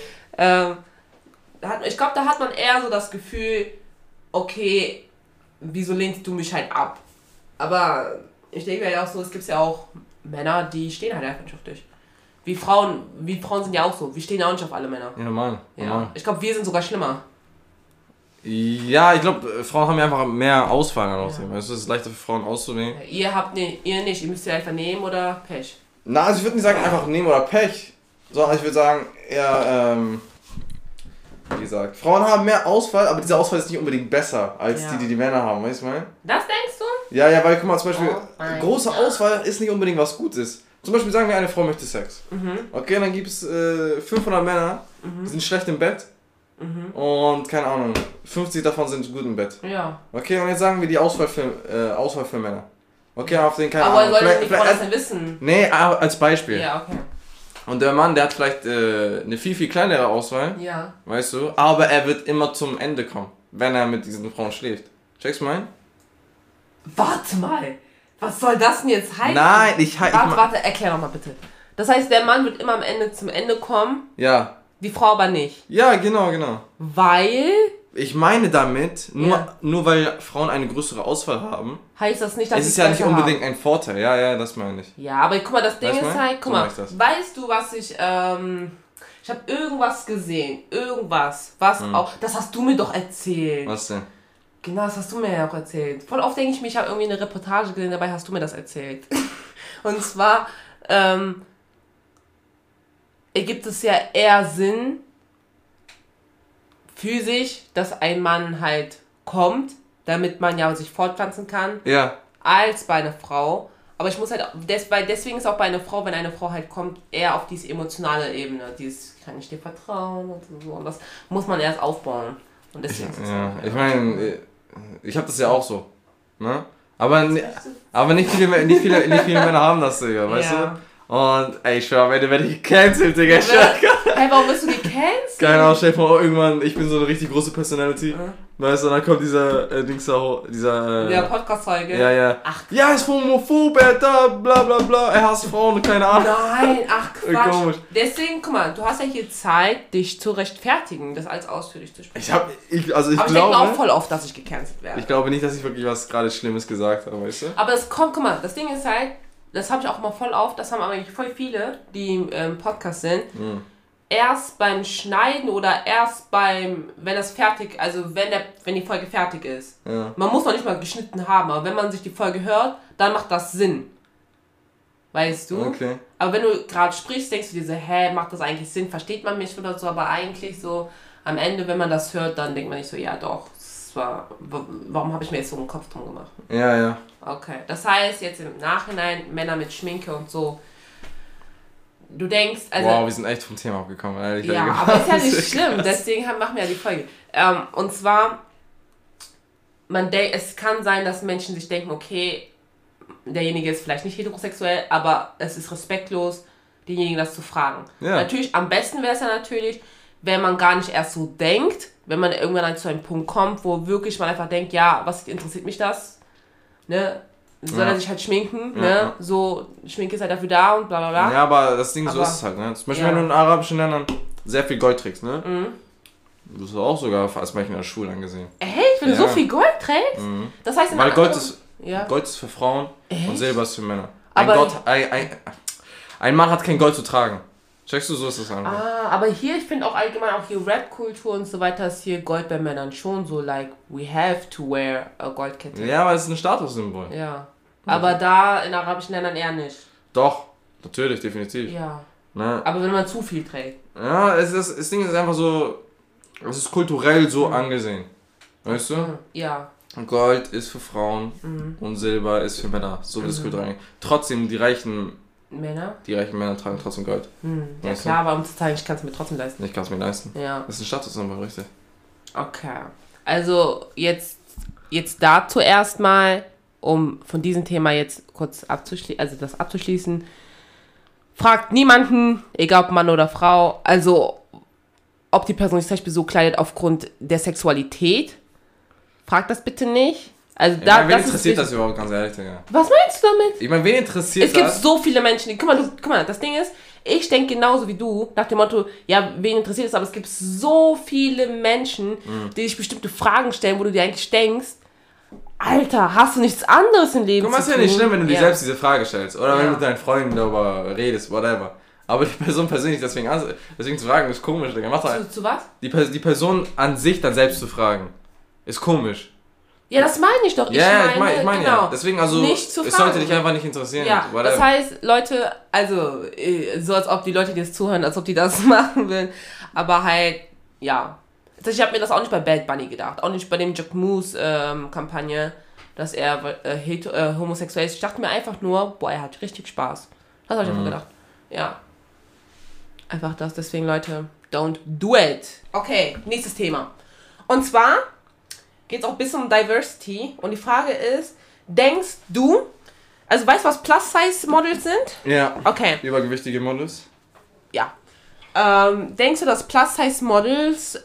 Ich glaube, da hat man eher so das Gefühl, okay, wieso lehnst du mich halt ab? Aber ich denke mir ja auch so, es gibt ja auch Männer, die stehen halt einfach nicht auf dich. Wie Frauen sind ja auch so, wir stehen auch nicht auf alle Männer. Ja, normal. Ich glaube, wir sind sogar schlimmer. Ja, ich glaube, Frauen haben ja einfach mehr Auswahl an Aussehen. Es ist leichter für Frauen auszuwählen. Ihr nicht, ihr müsst ja einfach nehmen oder Pech. Na, also ich würde nicht sagen einfach nehmen oder Pech, sondern ich würde sagen eher, wie gesagt, Frauen haben mehr Auswahl, aber dieser Auswahl ist nicht unbedingt besser als die Männer haben, weißt du mal? Das denkst du? Ja, weil guck mal, zum Beispiel, große Auswahl ist nicht unbedingt was Gutes. Zum Beispiel sagen wir, eine Frau möchte Sex. Okay, dann gibt es 500 Männer, die sind schlecht im Bett. Und keine Ahnung, 50 davon sind gut im Bett. Ja. Okay, und jetzt sagen wir die Auswahl für Männer. Okay, auf den keine Ahnung. Aber soll die Frau das denn wissen? Nee, als Beispiel. Ja, okay. Und der Mann, der hat vielleicht eine viel, viel kleinere Auswahl. Ja. Weißt du? Aber er wird immer zum Ende kommen, wenn er mit diesen Frauen schläft. Checkst du mein? Warte mal. Was soll das denn jetzt heißen? Nein, Warte, erklär doch mal bitte. Das heißt, der Mann wird immer am Ende zum Ende kommen. Ja. Die Frau aber nicht. Ja, genau. Weil? Ich meine damit, nur weil Frauen eine größere Auswahl haben, heißt das nicht, dass es ist ja nicht unbedingt ein Vorteil. Ja, das meine ich. Ja, aber guck mal, das Ding ist halt, guck mal, weißt du, was ich habe irgendwas gesehen, was auch, das hast du mir doch erzählt. Was denn? Genau, das hast du mir ja auch erzählt. Voll oft denke ich mir, ich habe irgendwie eine Reportage gesehen, dabei hast du mir das erzählt. Und zwar, ergibt es ja eher Sinn, physisch, dass ein Mann halt kommt, damit man ja sich fortpflanzen kann, als bei einer Frau. Aber ich muss halt, deswegen ist auch bei einer Frau, wenn eine Frau halt kommt, eher auf diese emotionale Ebene, kann ich dir vertrauen und so. Und das muss man erst aufbauen. Und deswegen ich meine, ich habe das ja auch so, ne? Aber nicht viele Männer haben das, Digga, weißt du? Und ey, ich schwör, werde ich gecancelt, Digga. Hey, warum bist du gecancelt? Keine Ahnung, stell dir vor, irgendwann, ich bin so eine richtig große Personality. Weißt du, und dann kommt dieser der Podcast-Folge. Ja. Ach, ja, ist homophob, er da, bla bla bla, er hasst Frauen und keine Ahnung. Nein, ach Quatsch. Komisch. Deswegen, guck mal, du hast ja hier Zeit, dich zu rechtfertigen, das alles ausführlich zu sprechen. Aber ich denke auch voll oft, dass ich gecancelt werde. Ich glaube nicht, dass ich wirklich was gerade Schlimmes gesagt habe, weißt du? Aber es kommt, guck mal, das Ding ist halt, das habe ich auch mal voll oft, das haben eigentlich voll viele, die im Podcast sind, erst beim Schneiden oder erst wenn die Folge fertig ist. Ja. Man muss noch nicht mal geschnitten haben, aber wenn man sich die Folge hört, dann macht das Sinn. Weißt du? Okay. Aber wenn du gerade sprichst, denkst du dir so, macht das eigentlich Sinn? Versteht man mich oder so? Aber eigentlich so, am Ende, wenn man das hört, dann denkt man nicht so, ja doch, warum habe ich mir jetzt so einen Kopf drum gemacht? Ja. Okay, das heißt jetzt im Nachhinein, Männer mit Schminke und so, du denkst, also... Wow, wir sind echt vom Thema abgekommen, ehrlich. Ja, aber ist ja nicht schlimm, deswegen machen wir ja die Folge. Und zwar, es kann sein, dass Menschen sich denken, okay, derjenige ist vielleicht nicht heterosexuell, aber es ist respektlos, denjenigen das zu fragen. Ja. Natürlich, am besten wäre es ja natürlich, wenn man gar nicht erst so denkt, wenn man irgendwann dann zu einem Punkt kommt, wo wirklich man einfach denkt, ja, was interessiert mich das? Ne? Soll er sich halt schminken, ne? So, Schminke ist halt dafür da und bla bla bla. Ja, aber das Ding, so ist es halt, ne? Zum Beispiel, wenn du in arabischen Ländern sehr viel Gold trägst, ne? Du bist auch sogar als manchmal als schwul angesehen. Echt? Wenn du so viel Gold trägst? Das heißt, weil Gold ist für Frauen und Silber ist für Männer. Ein Mann hat kein Gold zu tragen. Checkst du, so ist das einfach. Aber hier, ich finde auch allgemein, auch hier Rap-Kultur und so weiter, ist hier Gold bei Männern schon so, like, we have to wear a Goldkette. Ja, aber es ist ein Statussymbol. Ja. Aber da in arabischen Ländern eher nicht. Doch, natürlich, definitiv. Ja. Ne? Aber wenn man zu viel trägt. Ja, das Ding ist einfach so, es ist kulturell so angesehen. Weißt du? Ja. Gold ist für Frauen und Silber ist für Männer. So wird es kulturell. Trotzdem, die reichen Männer tragen trotzdem Gold. Ja klar, aber um zu zeigen, ich kann es mir trotzdem leisten. Ich kann es mir leisten. Ja. Das ist ein Statussymbol, richtig. Okay. Also jetzt dazu erstmal, um von diesem Thema jetzt kurz abzuschließen. Fragt niemanden, egal ob Mann oder Frau, also ob die Person sich zum Beispiel so kleidet aufgrund der Sexualität. Fragt das bitte nicht. Also wen interessiert das überhaupt, ganz ehrlich, Digga? Was meinst du damit? Ich meine, wen interessiert das? Es gibt so viele Menschen, die... Guck mal, das Ding ist, ich denke genauso wie du, nach dem Motto, ja, wen interessiert das? Aber es gibt so viele Menschen, die sich bestimmte Fragen stellen, wo du dir eigentlich denkst, Alter, hast du nichts anderes im Leben zu tun? Guck mal, ist ja nicht schlimm, wenn du dir selbst diese Frage stellst. Oder wenn du mit deinen Freunden darüber redest, whatever. Aber die Person persönlich deswegen zu fragen, ist komisch, Digga. Zu was? Die Person an sich dann selbst zu fragen, ist komisch. Ja, das meine ich doch. Ich meine genau. Ja. Deswegen, also, es sollte dich einfach nicht interessieren. Ja, das heißt, Leute, also, so als ob die Leute, die das zuhören, als ob die das machen würden. Aber halt, ja. Also ich habe mir das auch nicht bei Bad Bunny gedacht. Auch nicht bei dem Jack Moose-Kampagne, dass er homosexuell ist. Ich dachte mir einfach nur, boah, er hat richtig Spaß. Das habe ich einfach gedacht. Ja. Einfach das. Deswegen, Leute, don't do it. Okay, nächstes Thema. Und zwar geht es auch ein bisschen um Diversity. Und die Frage ist, denkst du, also weißt du, was Plus-Size-Models sind? Ja. Okay. Übergewichtige Models? Ja. Denkst du, dass Plus-Size-Models,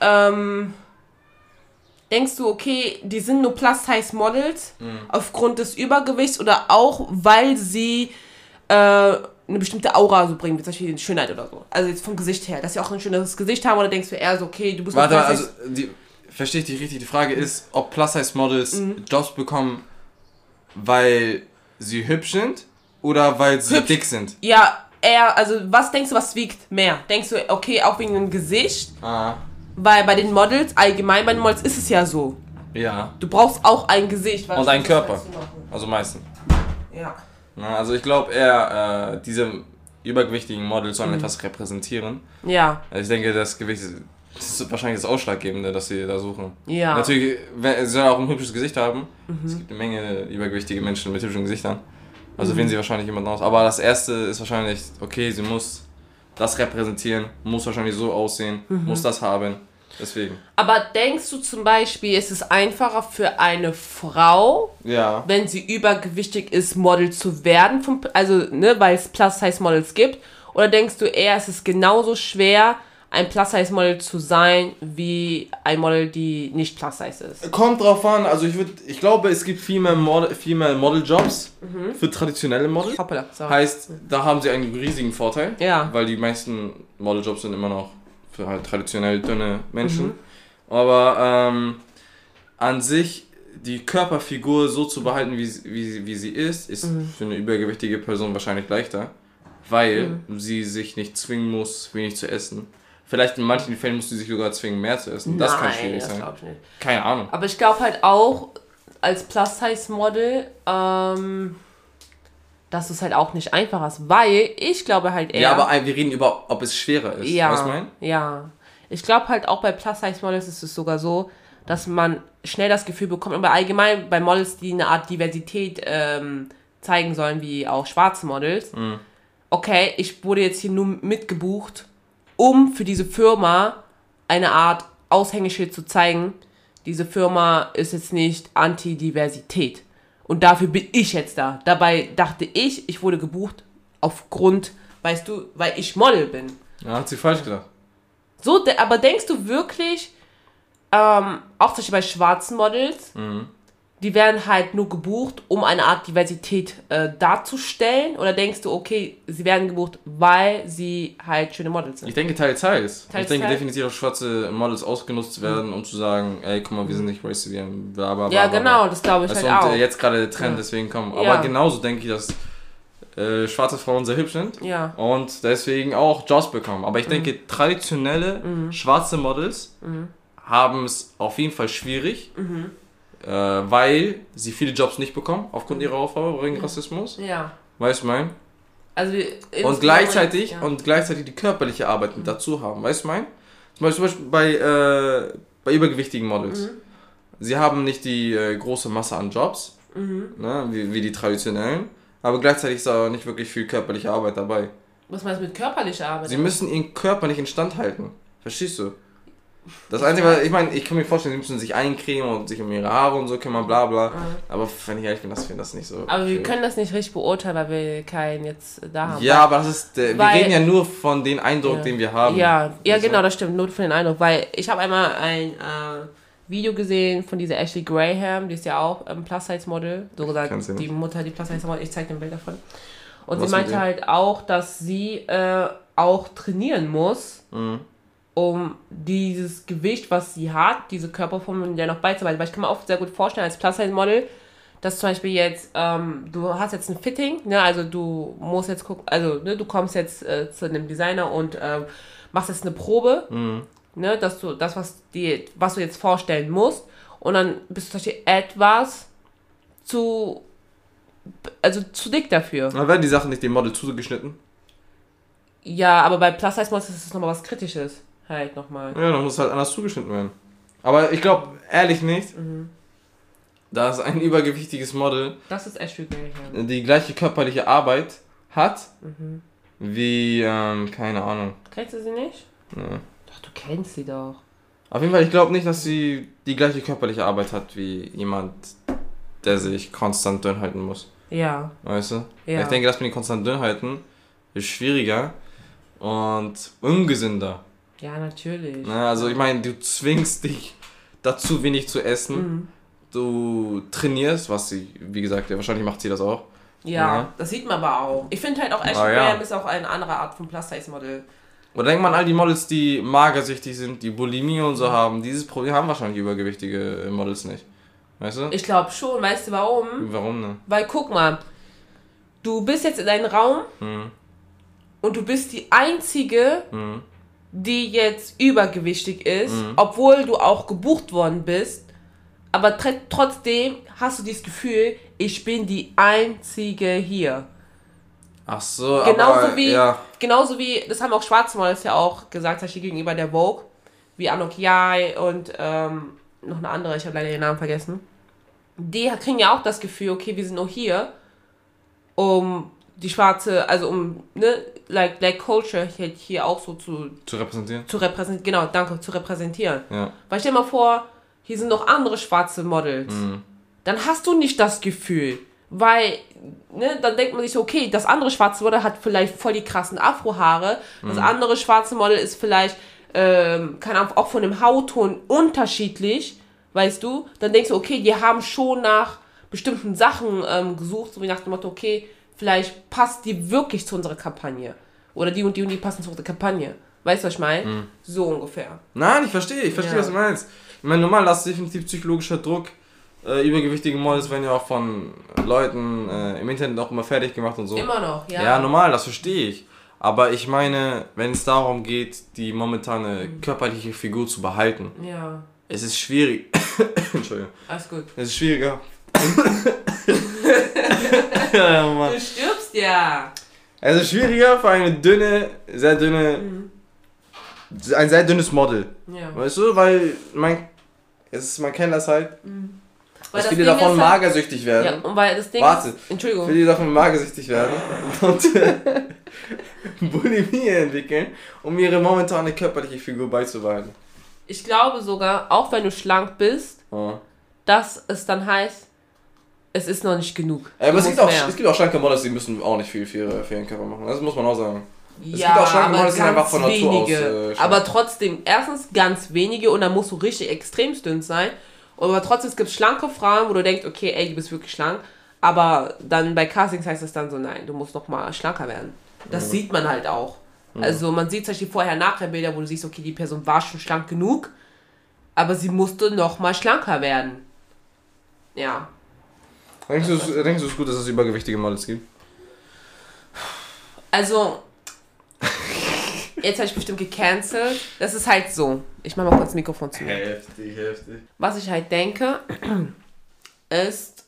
denkst du, okay, die sind nur Plus-Size-Models aufgrund des Übergewichts oder auch, weil sie eine bestimmte Aura so bringen, wie zum Beispiel Schönheit oder so? Also jetzt vom Gesicht her, dass sie auch ein schönes Gesicht haben oder denkst du eher so, okay, du bist... Warte, also... Verstehe ich dich richtig? Die Frage ist, ob Plus-Size-Models Jobs bekommen, weil sie hübsch sind oder weil sie dick sind? Ja, eher, also was denkst du, was wiegt mehr? Denkst du, okay, auch wegen dem Gesicht? Weil bei den Models, allgemein bei den Models ist es ja so. Ja. Du brauchst auch ein Gesicht. Und einen Körper. Also meistens. Ja. Also ich glaube eher, diese übergewichtigen Models sollen etwas repräsentieren. Ja. Also ich denke, das Gewicht... Das ist wahrscheinlich das Ausschlaggebende, das sie da suchen. Ja. Natürlich, sie sollen auch ein hübsches Gesicht haben. Es gibt eine Menge übergewichtige Menschen mit hübschen Gesichtern. Also wählen sie wahrscheinlich jemanden aus. Aber das erste ist wahrscheinlich, okay, sie muss das repräsentieren, muss wahrscheinlich so aussehen, muss das haben. Deswegen. Aber denkst du zum Beispiel, ist es einfacher für eine Frau, wenn sie übergewichtig ist, Model zu werden? Weil es Plus-Size-Models gibt? Oder denkst du eher, es ist genauso schwer, ein Plus-Size-Model zu sein, wie ein Model, die nicht Plus-Size ist? Kommt drauf an, also ich glaube, es gibt viel mehr Model-Jobs für traditionelle Models. Heißt, da haben sie einen riesigen Vorteil, weil die meisten Model-Jobs sind immer noch für halt traditionell dünne Menschen. Aber an sich, die Körperfigur so zu behalten, wie sie ist für eine übergewichtige Person wahrscheinlich leichter, weil sie sich nicht zwingen muss, wenig zu essen. Vielleicht in manchen Fällen muss sie sich sogar zwingen, mehr zu essen. Das kann schwierig sein. Glaub ich nicht. Keine Ahnung. Aber ich glaube halt auch, als Plus-Size-Model, dass es halt auch nicht einfach ist. Weil ich glaube halt eher... Ja, aber wir reden über, ob es schwerer ist. Ja, weißt du, was ich meine? Ja. Ich glaube halt auch bei Plus-Size-Models ist es sogar so, dass man schnell das Gefühl bekommt, aber allgemein bei Models, die eine Art Diversität zeigen sollen, wie auch schwarze Models. Okay, ich wurde jetzt hier nur mitgebucht, um für diese Firma eine Art Aushängeschild zu zeigen, diese Firma ist jetzt nicht Anti-Diversität. Und dafür bin ich jetzt da. Dabei dachte ich wurde gebucht aufgrund, weißt du, weil ich Model bin. Ja, hat sie falsch gedacht. So, aber denkst du wirklich, auch zum Beispiel bei schwarzen Models, die werden halt nur gebucht, um eine Art Diversität darzustellen? Oder denkst du, okay, sie werden gebucht, weil sie halt schöne Models sind? Ich denke teils. Ich denke definitiv, dass schwarze Models ausgenutzt werden, um zu sagen, ey, guck mal, wir sind nicht racist, wir haben bla bla bla. Ja, genau, das glaube ich halt auch. Und jetzt gerade der Trend, deswegen kommen. Aber genauso denke ich, dass schwarze Frauen sehr hübsch sind und deswegen auch Jobs bekommen. Aber ich denke, traditionelle schwarze Models haben es auf jeden Fall schwierig, weil sie viele Jobs nicht bekommen, aufgrund ihrer Hautfarbe wegen Rassismus. Ja. Weißt du, mein? Also und gleichzeitig die körperliche Arbeit mit dazu haben. Weißt du, mein? Zum Beispiel bei übergewichtigen Models. Sie haben nicht die große Masse an Jobs, ne, wie die traditionellen, aber gleichzeitig ist da nicht wirklich viel körperliche Arbeit dabei. Was meinst du mit körperlicher Arbeit? Sie müssen ihren Körper nicht instand halten. Verstehst du? Das Einzige, ich meine, ich kann mir vorstellen, sie müssen sich eincremen und sich um ihre Haare und so kümmern, bla bla. Aber wenn ich ehrlich bin, das nicht so. Aber wir können das nicht richtig beurteilen, weil wir keinen jetzt da haben. Ja, aber das ist, wir reden ja nur von dem Eindruck, den wir haben. Ja, genau, das stimmt, nur von den Eindruck. Weil ich habe einmal ein Video gesehen von dieser Ashley Graham, die ist ja auch Plus-Size-Model. So gesagt, die Mutter, die Plus-Size-Model, ich zeige dir ein Bild davon. Und sie meinte halt auch, dass sie auch trainieren muss, um dieses Gewicht, was sie hat, diese Körperform, der noch beizubehalten. Weil ich kann mir auch sehr gut vorstellen, als Plus-Size-Model, dass zum Beispiel jetzt, du hast jetzt ein Fitting, ne, also du musst jetzt gucken, also ne, du kommst jetzt zu einem Designer und machst jetzt eine Probe, ne, dass du das, was du jetzt vorstellen musst, und dann bist du zum Beispiel etwas zu dick dafür. Dann werden die Sachen nicht dem Model zugeschnitten? Ja, aber bei Plus-Size-Models ist es nochmal was Kritisches. Halt nochmal. Ja, dann muss halt anders zugeschnitten werden. Aber ich glaube, ehrlich nicht, dass ein übergewichtiges Model, das ist Ashley Graham, die gleiche körperliche Arbeit hat, wie, keine Ahnung. Kennst du sie nicht? Nee. Doch, du kennst sie doch. Auf jeden Fall, ich glaube nicht, dass sie die gleiche körperliche Arbeit hat, wie jemand, der sich konstant dünn halten muss. Ja. Weißt du? Ja. Ich denke, dass wir die konstant dünn halten, ist schwieriger und ungesünder. Ja, natürlich. Na, also ich meine, du zwingst dich dazu, wenig zu essen. Du trainierst, was sie, wie gesagt, ja, wahrscheinlich macht sie das auch. Ja, das sieht man aber auch. Ich finde halt auch Ashley Graham ist auch eine andere Art von Plus-Size-Model. Oder denkt man, all die Models, die magersüchtig sind, die Bulimie und so haben, dieses Problem haben wahrscheinlich übergewichtige Models nicht. Weißt du? Ich glaube schon. Weißt du warum? Warum ne? Weil guck mal, du bist jetzt in einem Raum und du bist die Einzige, die jetzt übergewichtig ist, obwohl du auch gebucht worden bist, aber trotzdem hast du dieses Gefühl, ich bin die Einzige hier. Ach so, genauso wie, das haben auch schwarze Models ja auch gesagt, zum Beispiel gegenüber der Vogue, wie Anok Yai und noch eine andere, ich habe leider ihren Namen vergessen. Die kriegen ja auch das Gefühl, okay, wir sind nur hier, um die schwarze, also um, ne, like Black Culture hier auch so zu repräsentieren. Genau, danke, zu repräsentieren. Ja. Weil stell dir mal vor, hier sind noch andere schwarze Models. Dann hast du nicht das Gefühl, weil, ne, dann denkt man sich so, okay, das andere schwarze Model hat vielleicht voll die krassen Afrohaare, das andere schwarze Model ist vielleicht, keine Ahnung, auch von dem Hautton unterschiedlich, weißt du, dann denkst du, okay, die haben schon nach bestimmten Sachen gesucht, so wie nach dem Motto, okay, vielleicht passt die wirklich zu unserer Kampagne. Oder die und die passen zu unserer Kampagne. Weißt du, was ich meine? So ungefähr. Nein, ich verstehe, was du meinst. Ich meine, normal, das ist definitiv psychologischer Druck. Übergewichtige Models werden ja auch von Leuten im Internet auch immer fertig gemacht und so. Immer noch, ja. Ja, normal, das verstehe ich. Aber ich meine, wenn es darum geht, die momentane körperliche Figur zu behalten, es ist schwierig. Entschuldigung. Alles gut. Es ist schwieriger. Ja, Mann. Du stirbst ja. Es ist schwieriger für ein sehr dünnes Model. Ja. Weißt du, weil man kennt das halt, dass viele davon halt magersüchtig werden. Ja, und weil das Ding Entschuldigung. Viele davon magersüchtig werden und Bulimie entwickeln, um ihre momentane körperliche Figur beizubehalten. Ich glaube sogar, auch wenn du schlank bist, dass es dann heißt, es ist noch nicht genug. Aber es gibt auch schlanke Models, die müssen auch nicht viel für ihren Körper machen. Das muss man auch sagen. Es gibt auch schlanke Models, die einfach von Natur wenige. Aus... aber trotzdem, erstens ganz wenige und dann musst du richtig extrem dünn sein. Aber trotzdem, es gibt schlanke Frauen, wo du denkst, okay, ey, du bist wirklich schlank. Aber dann bei Castings heißt es dann so, nein, du musst noch mal schlanker werden. Das sieht man halt auch. Also man sieht zum Beispiel vorher-nachher Bilder, wo du siehst, okay, die Person war schon schlank genug, aber sie musste noch mal schlanker werden. Ja. Denkst du, es ist gut, dass es übergewichtige Models gibt? Also, jetzt habe ich bestimmt gecancelt. Das ist halt so. Ich mache mal kurz das Mikrofon zu mir. Heftig. Was ich halt denke, ist,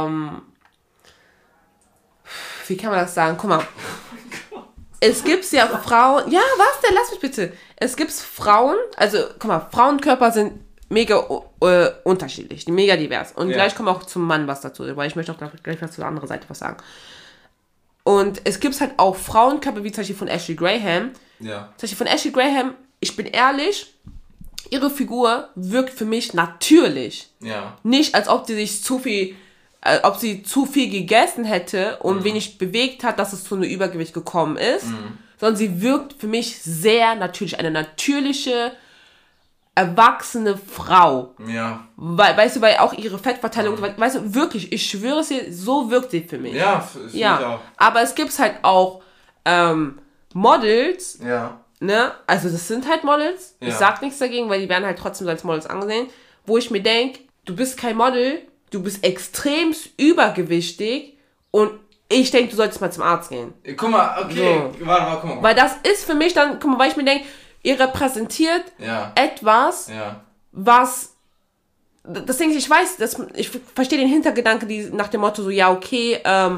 wie kann man das sagen? Guck mal. Es gibt ja Frauen... Ja, was denn? Lass mich bitte. Es gibt Frauen... Also, guck mal, Frauenkörper sind mega unterschiedlich. Mega divers. Und gleich kommt auch zum Mann was dazu. Weil ich möchte auch gleich was zur anderen Seite was sagen. Und es gibt halt auch Frauenkörper, wie zum Beispiel von Ashley Graham. Ja. Zum Beispiel von Ashley Graham, ich bin ehrlich, ihre Figur wirkt für mich natürlich. Ja. Nicht, als ob sie sich ob sie zu viel gegessen hätte und wenig bewegt hat, dass es zu einem Übergewicht gekommen ist. Sondern sie wirkt für mich sehr natürlich. Eine natürliche, erwachsene Frau. Ja. Weißt du, weil auch ihre Fettverteilung, weißt du, wirklich, ich schwöre es dir, so wirkt sie für mich. Ja, ich auch. Aber es gibt halt auch Models, ne, also das sind halt Models, ich sag nichts dagegen, weil die werden halt trotzdem so als Models angesehen, wo ich mir denke, du bist kein Model, du bist extremst übergewichtig und ich denke, du solltest mal zum Arzt gehen. Guck mal, okay, so. Warte, guck mal. Weil das ist für mich dann, guck mal, weil ich mir denke, ihr repräsentiert etwas, was, das denke ich weiß, ich verstehe den Hintergedanke, die nach dem Motto so, ja, okay,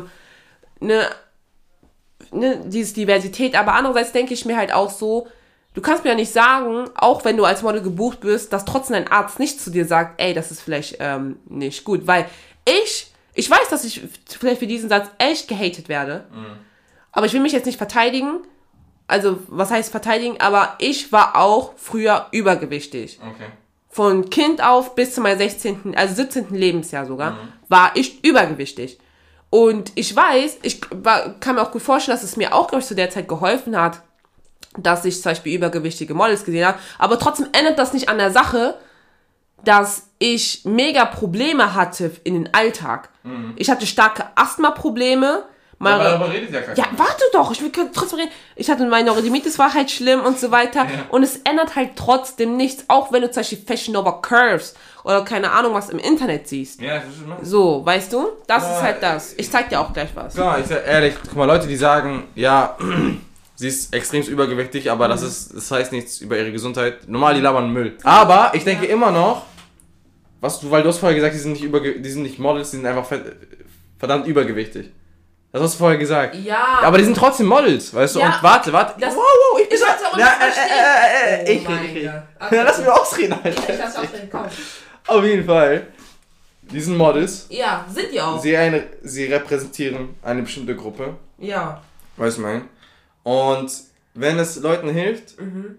diese Diversität, aber andererseits denke ich mir halt auch so, du kannst mir ja nicht sagen, auch wenn du als Model gebucht bist, dass trotzdem dein Arzt nicht zu dir sagt, ey, das ist vielleicht nicht gut, weil ich weiß, dass ich vielleicht für diesen Satz echt gehatet werde, aber ich will mich jetzt nicht verteidigen, also was heißt verteidigen, aber ich war auch früher übergewichtig. Okay. Von Kind auf bis zu meinem 17. Lebensjahr sogar, war ich übergewichtig. Und ich weiß, kann mir auch gut vorstellen, dass es mir auch, glaube ich, zu der Zeit geholfen hat, dass ich zum Beispiel übergewichtige Models gesehen habe. Aber trotzdem ändert das nicht an der Sache, dass ich mega Probleme hatte in den Alltag. Ich hatte starke Asthma-Probleme. Aber darüber redet ja keiner. Ja, warte doch, ich will trotzdem reden. Ich hatte meine Neurodermitis, war halt schlimm und so weiter. Ja. Und es ändert halt trotzdem nichts, auch wenn du zum Beispiel Fashion Over Curves oder keine Ahnung was im Internet siehst. Ja, das ist schon so, weißt du? Das ist halt das. Ich zeig dir auch gleich was. Ja, ich sag ehrlich, guck mal, Leute, die sagen, ja, sie ist extrem übergewichtig, aber das heißt nichts über ihre Gesundheit. Normal, die labern Müll. Aber ich denke immer noch, weil du hast vorher gesagt, die sind nicht Models, die sind einfach verdammt übergewichtig. Das hast du vorher gesagt. Ja. Aber die sind trotzdem Models, weißt du? Ja. Und warte. Wow, ich sollte auch nicht verstehen. Lass mich ausreden, Alter. Ich lass ausreden, komm. Auf jeden Fall. Die sind Models. Ja, sind die auch. Sie repräsentieren eine bestimmte Gruppe. Ja. Weißt du, mein? Und wenn es Leuten hilft,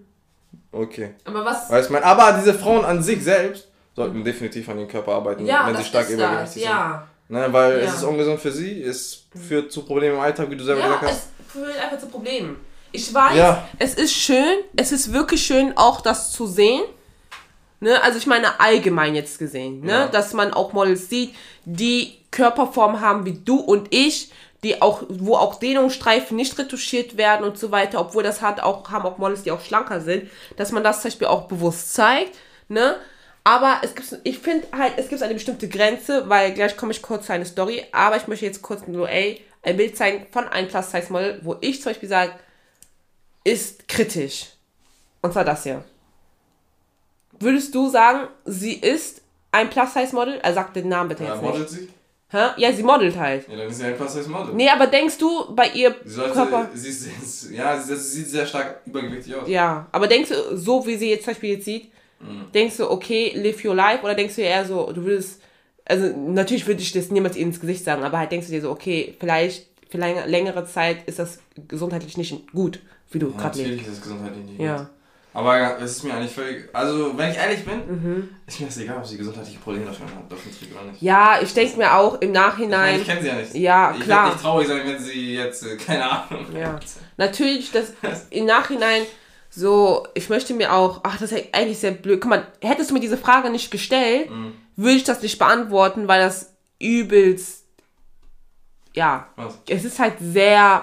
okay. Aber was? Weißt du, aber diese Frauen an sich selbst sollten definitiv an ihrem Körper arbeiten, wenn sie stark übergewichtig sind. Ja. Ne, weil es ist ungesund für sie, es führt zu Problemen im Alltag, wie du selber gesagt hast. Es führt einfach zu Problemen. Ich weiß, es ist schön, es ist wirklich schön, auch das zu sehen. Ne? Also ich meine allgemein jetzt gesehen, ne? Dass man auch Models sieht, die Körperform haben wie du und ich, wo auch Dehnungsstreifen nicht retuschiert werden und so weiter, obwohl haben auch Models, die auch schlanker sind, dass man das zum Beispiel auch bewusst zeigt, ne? Aber ich finde halt, es gibt eine bestimmte Grenze, weil gleich komme ich kurz zu einer Story, aber ich möchte jetzt kurz nur ein Bild zeigen von einem Plus-Size-Model, wo ich zum Beispiel sage, ist kritisch. Und zwar das hier. Würdest du sagen, sie ist ein Plus-Size-Model? Sag den Namen bitte jetzt nicht. Modelt sie? Hä? Ja, sie modelt halt. Ja, dann ist sie ein Plus-Size-Model. Nee, aber denkst du, bei ihr Körper... Sie sieht sehr stark übergewichtig aus. Ja, aber denkst du, so wie sie jetzt zum Beispiel jetzt sieht, denkst du, okay, live your life, oder denkst du eher so, du würdest, also natürlich würde ich das niemals ins Gesicht sagen, aber halt denkst du dir so, okay, vielleicht für längere Zeit ist das gesundheitlich nicht gut, wie du gerade lebst. Natürlich ist es gesundheitlich nicht gut. Aber es ist mir eigentlich völlig... Also, wenn ich ehrlich bin, ist mir das egal, ob sie gesundheitliche Probleme davon trägt oder nicht. Ja, ich denke mir auch im Nachhinein... Ich kenne sie ja nicht. Ja, klar. Ich werde nicht traurig sein, wenn sie jetzt... keine Ahnung. Ja. Natürlich, das im Nachhinein so... Ich möchte mir auch... Ach, das ist eigentlich sehr blöd. Guck mal, hättest du mir diese Frage nicht gestellt, würde ich das nicht beantworten, weil das übelst... Ja. Was? Es ist halt sehr...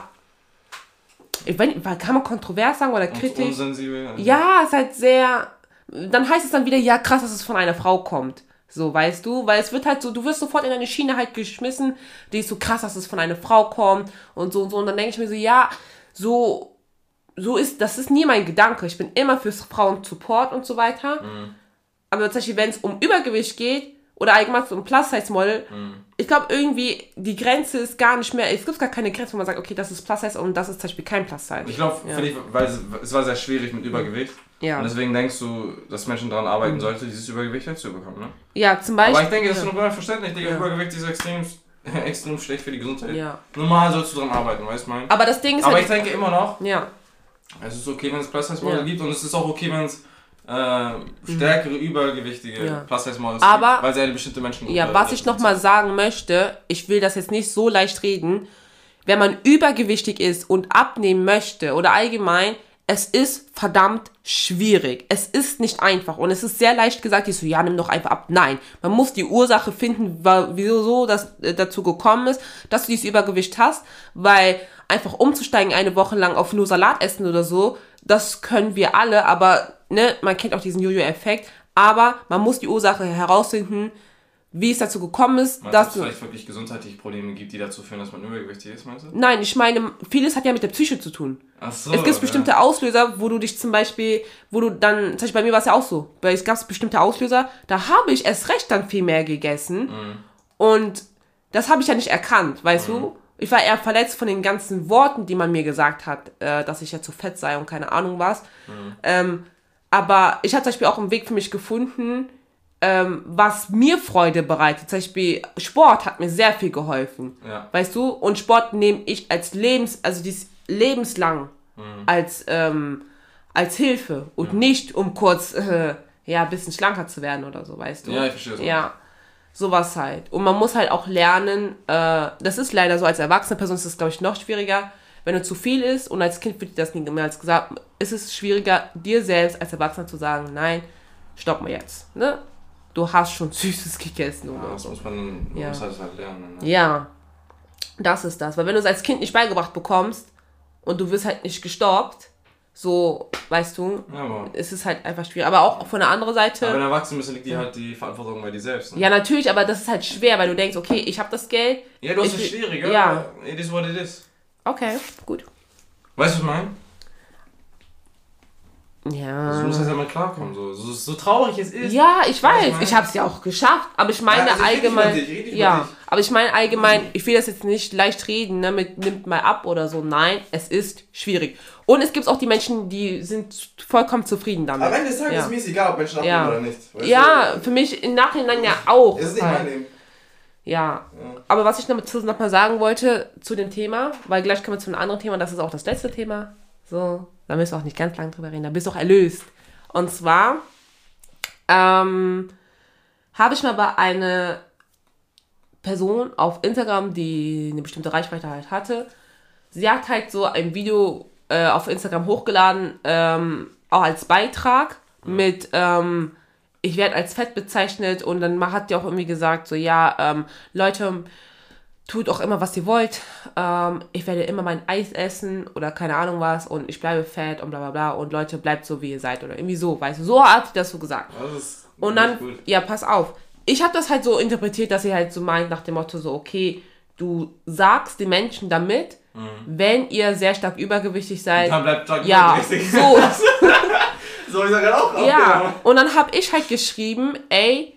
Ich weiß nicht, kann man kontrovers sagen oder kritisch? Unsensibel. Ja, es ist halt sehr... Dann heißt es dann wieder, ja krass, dass es von einer Frau kommt. So, weißt du? Weil es wird halt so, du wirst sofort in eine Schiene halt geschmissen, die ist so krass, dass es von einer Frau kommt und so und so. Und dann denke ich mir so, ja, so ist, das ist nie mein Gedanke. Ich bin immer fürs Frauen-Support und so weiter. Aber tatsächlich, wenn es um Übergewicht geht oder allgemein um Plus-Size-Model, ich glaube irgendwie, die Grenze ist gar nicht mehr, es gibt gar keine Grenze, wo man sagt, okay, das ist Plus-Size und das ist zum Beispiel kein Plus-Size. Ich glaube, weil es war sehr schwierig mit Übergewicht. Ja. Und deswegen denkst du, dass Menschen daran arbeiten sollten, dieses Übergewicht wegzubekommen, ne? Ja, zum Beispiel. Aber ich denke, das ist nur verständlich, Digga. Übergewicht ist extrem schlecht für die Gesundheit. Ja. Normal sollst du daran arbeiten, weißt du, mein? Aber das Ding ist aber ich denke immer noch, ja. Es ist okay, wenn es Plus-Size-Model gibt und es ist auch okay, wenn es stärkere, übergewichtige Plus-Size-Models gibt, weil sie eine bestimmte Menschengruppe... Ja, was ich nochmal sagen möchte, ich will das jetzt nicht so leicht reden, wenn man übergewichtig ist und abnehmen möchte oder allgemein, es ist verdammt schwierig. Es ist nicht einfach und es ist sehr leicht gesagt, ich so, ja, nimm doch einfach ab. Nein, man muss die Ursache finden, wieso das dazu gekommen ist, dass du dieses Übergewicht hast, weil einfach umzusteigen eine Woche lang auf nur Salat essen oder so, das können wir alle, aber ne, man kennt auch diesen Jojo-Effekt, aber man muss die Ursache herausfinden, wie es dazu gekommen ist, dass es vielleicht wirklich gesundheitliche Probleme gibt, die dazu führen, dass man übergewichtig ist, meinst du? Nein, ich meine, vieles hat ja mit der Psyche zu tun. Ach so, es gibt bestimmte Auslöser, wo du dich zum Beispiel, zum Beispiel bei mir war es ja auch so, weil es gab bestimmte Auslöser, da habe ich erst recht dann viel mehr gegessen und das habe ich ja nicht erkannt, weißt du? Ich war eher verletzt von den ganzen Worten, die man mir gesagt hat, dass ich ja zu fett sei und keine Ahnung was. Aber ich habe zum Beispiel auch einen Weg für mich gefunden, was mir Freude bereitet. Zum Beispiel Sport hat mir sehr viel geholfen. Ja. Weißt du? Und Sport nehme ich als dieses lebenslang als Hilfe und nicht um kurz ein bisschen schlanker zu werden oder so, weißt du? Ja, ich verstehe das. Ja. Sowas halt. Und man muss halt auch lernen, das ist leider so, als erwachsene Person ist es, glaube ich, noch schwieriger, wenn du zu viel isst und als Kind wird dir das nie mehr als gesagt, ist es schwieriger, dir selbst als Erwachsener zu sagen, nein, stopp mal jetzt, ne? Du hast schon Süßes gegessen. Oder das muss man muss halt lernen. Ne? Ja, das ist das. Weil wenn du es als Kind nicht beigebracht bekommst und du wirst halt nicht gestoppt, so, weißt du, es ist halt einfach schwierig. Aber auch von der anderen Seite... Aber wenn du erwachsen bist, liegt halt die Verantwortung bei dir selbst. Ne? Ja, natürlich, aber das ist halt schwer, weil du denkst, okay, ich habe das Geld. Ja, du hast es schwierig, ja. It is what it is. Okay, gut. Weißt du, was ich meine? Ja. Also, du musst halt mal klarkommen, so traurig es ist. Ja, ich weiß, ich habe es ja auch geschafft, aber ich meine allgemein, aber ich meine allgemein, ich will das jetzt nicht leicht reden, ne, mit nimmt mal ab oder so, nein, es ist schwierig. Und es gibt auch die Menschen, die sind vollkommen zufrieden damit. Aber am Ende des Tages ist mir egal, ob Menschen abnehmen oder nicht. Weißt du? Für mich im Nachhinein ja auch. Es ist nicht mein Leben. Ja, aber was ich noch mal sagen wollte zu dem Thema, weil gleich kommen wir zu einem anderen Thema, das ist auch das letzte Thema, so, da müssen wir auch nicht ganz lang drüber reden, da bist du auch erlöst. Und zwar habe ich mal bei einer Person auf Instagram, die eine bestimmte Reichweite halt hatte, sie hat halt so ein Video auf Instagram hochgeladen, auch als Beitrag mit ich werde als fett bezeichnet und dann hat die auch irgendwie gesagt, so ja, Leute, tut auch immer, was ihr wollt. Ich werde immer mein Eis essen oder keine Ahnung was und ich bleibe fett und bla bla bla und Leute, bleibt so, wie ihr seid oder irgendwie so, weißt du. So hat sie das so gesagt. Und dann, ja, pass auf. Ich habe das halt so interpretiert, dass sie halt so meint nach dem Motto so, okay, du sagst den Menschen damit, wenn ihr sehr stark übergewichtig seid. Dann bleibt stark übergewichtig. So. So, ich sag ja auch. Ja, genau. Und dann habe ich halt geschrieben, ey,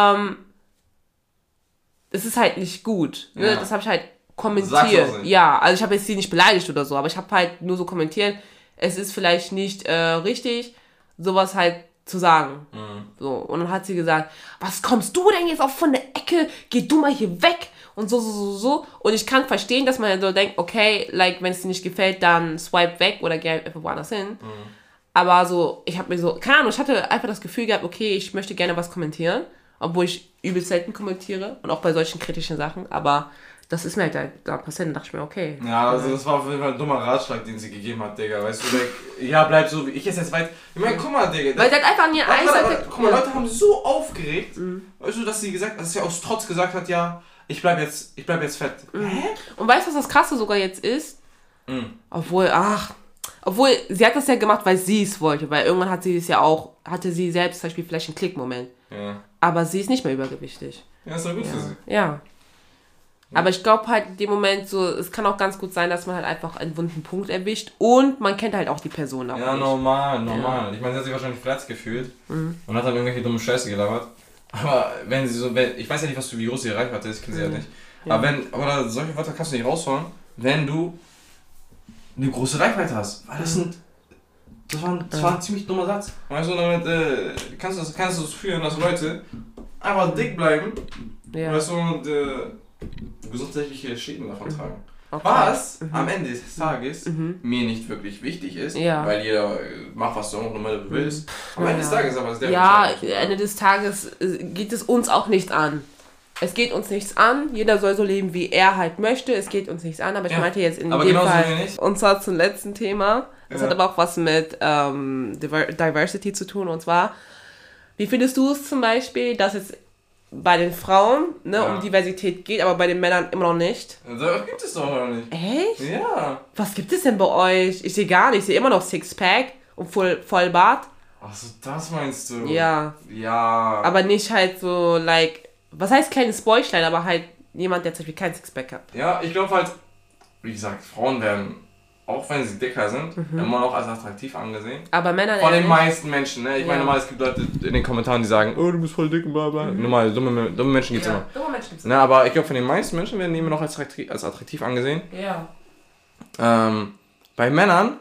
es ist halt nicht gut. Ne? Ja. Das habe ich halt kommentiert. Ja, also ich habe jetzt sie nicht beleidigt oder so, aber ich habe halt nur so kommentiert, es ist vielleicht nicht richtig, sowas halt zu sagen. So. Und dann hat sie gesagt, was kommst du denn jetzt auch von der Ecke? Geh du mal hier weg. Und so. Und ich kann verstehen, dass man so denkt, okay, like, wenn es dir nicht gefällt, dann swipe weg oder geh einfach woanders hin. Aber so, ich habe mir so, keine Ahnung, ich hatte einfach das Gefühl gehabt, okay, ich möchte gerne was kommentieren, obwohl ich übelst selten kommentiere und auch bei solchen kritischen Sachen, aber das ist mir halt da passiert, dann dachte ich mir, okay. Ja, also das war auf jeden Fall ein dummer Ratschlag, den sie gegeben hat, Digga, weißt du, ja, bleib so, wie ich es jetzt weit, ich meine, guck mal, Digga. Weil sie hat einfach an ihr Eis... Guck mal, Leute haben sich so aufgeregt, weißt du, dass sie aus Trotz gesagt hat, ja, ich bleib jetzt fett. Hä? Und weißt du, was das Krasse sogar jetzt ist? Obwohl, sie hat das ja gemacht, weil sie es wollte, weil irgendwann hatte sie selbst zum Beispiel vielleicht einen Klickmoment. Ja. Aber sie ist nicht mehr übergewichtig. Ja, ist doch gut für sie. Ja. Aber ich glaube halt in dem Moment so, es kann auch ganz gut sein, dass man halt einfach einen wunden Punkt erwischt und man kennt halt auch die Person auch ja, nicht. Normal. Ja. Ich meine, sie hat sich wahrscheinlich verletzt gefühlt und hat dann irgendwelche dumme Scheiße gelabert. Aber wenn sie so, ich weiß ja nicht, wie groß ihre Reichweite ist, ich kenne sie ja nicht. Ja. Aber solche Wörter kannst du nicht rausholen, wenn du eine große Reichweite hast. Weil das war ein ziemlich dummer Satz. Weißt du, damit kannst du das führen, dass Leute einfach dick bleiben. Ja. Weißt du, und gesundheitliche Schäden davon tragen. Okay. Was am Ende des Tages mir nicht wirklich wichtig ist, weil jeder macht, was du auch immer willst. Am Ende des Tages aber ist der Ende des Tages geht es uns auch nicht an. Es geht uns nichts an, jeder soll so leben, wie er halt möchte, es geht uns nichts an, aber ich meinte jetzt in dem Fall, und zwar zum letzten Thema, das hat aber auch was mit Diversity zu tun, und zwar, wie findest du es zum Beispiel, dass es bei den Frauen um Diversität geht, aber bei den Männern immer noch nicht? Das gibt es doch noch nicht. Echt? Ja. Was gibt es denn bei euch? Ich sehe gar nicht, ich sehe immer noch Sixpack und Vollbart. Achso, das meinst du? Ja. Ja. Aber nicht halt so, was heißt kleines Bäuchlein, aber halt jemand, der zum Beispiel kein Sixpack hat. Ja, ich glaube halt, wie gesagt, Frauen werden, auch wenn sie dicker sind, immer noch als attraktiv angesehen. Aber Männer von den meisten Menschen, ne? Ich meine, normal, es gibt Leute in den Kommentaren, die sagen, oh, du bist voll dick und bla bla. Normal, dumme Menschen gibt's immer. Dumme Menschen gibt's immer. Aber ich glaube, von den meisten Menschen werden die immer noch als attraktiv angesehen. Ja. Bei Männern,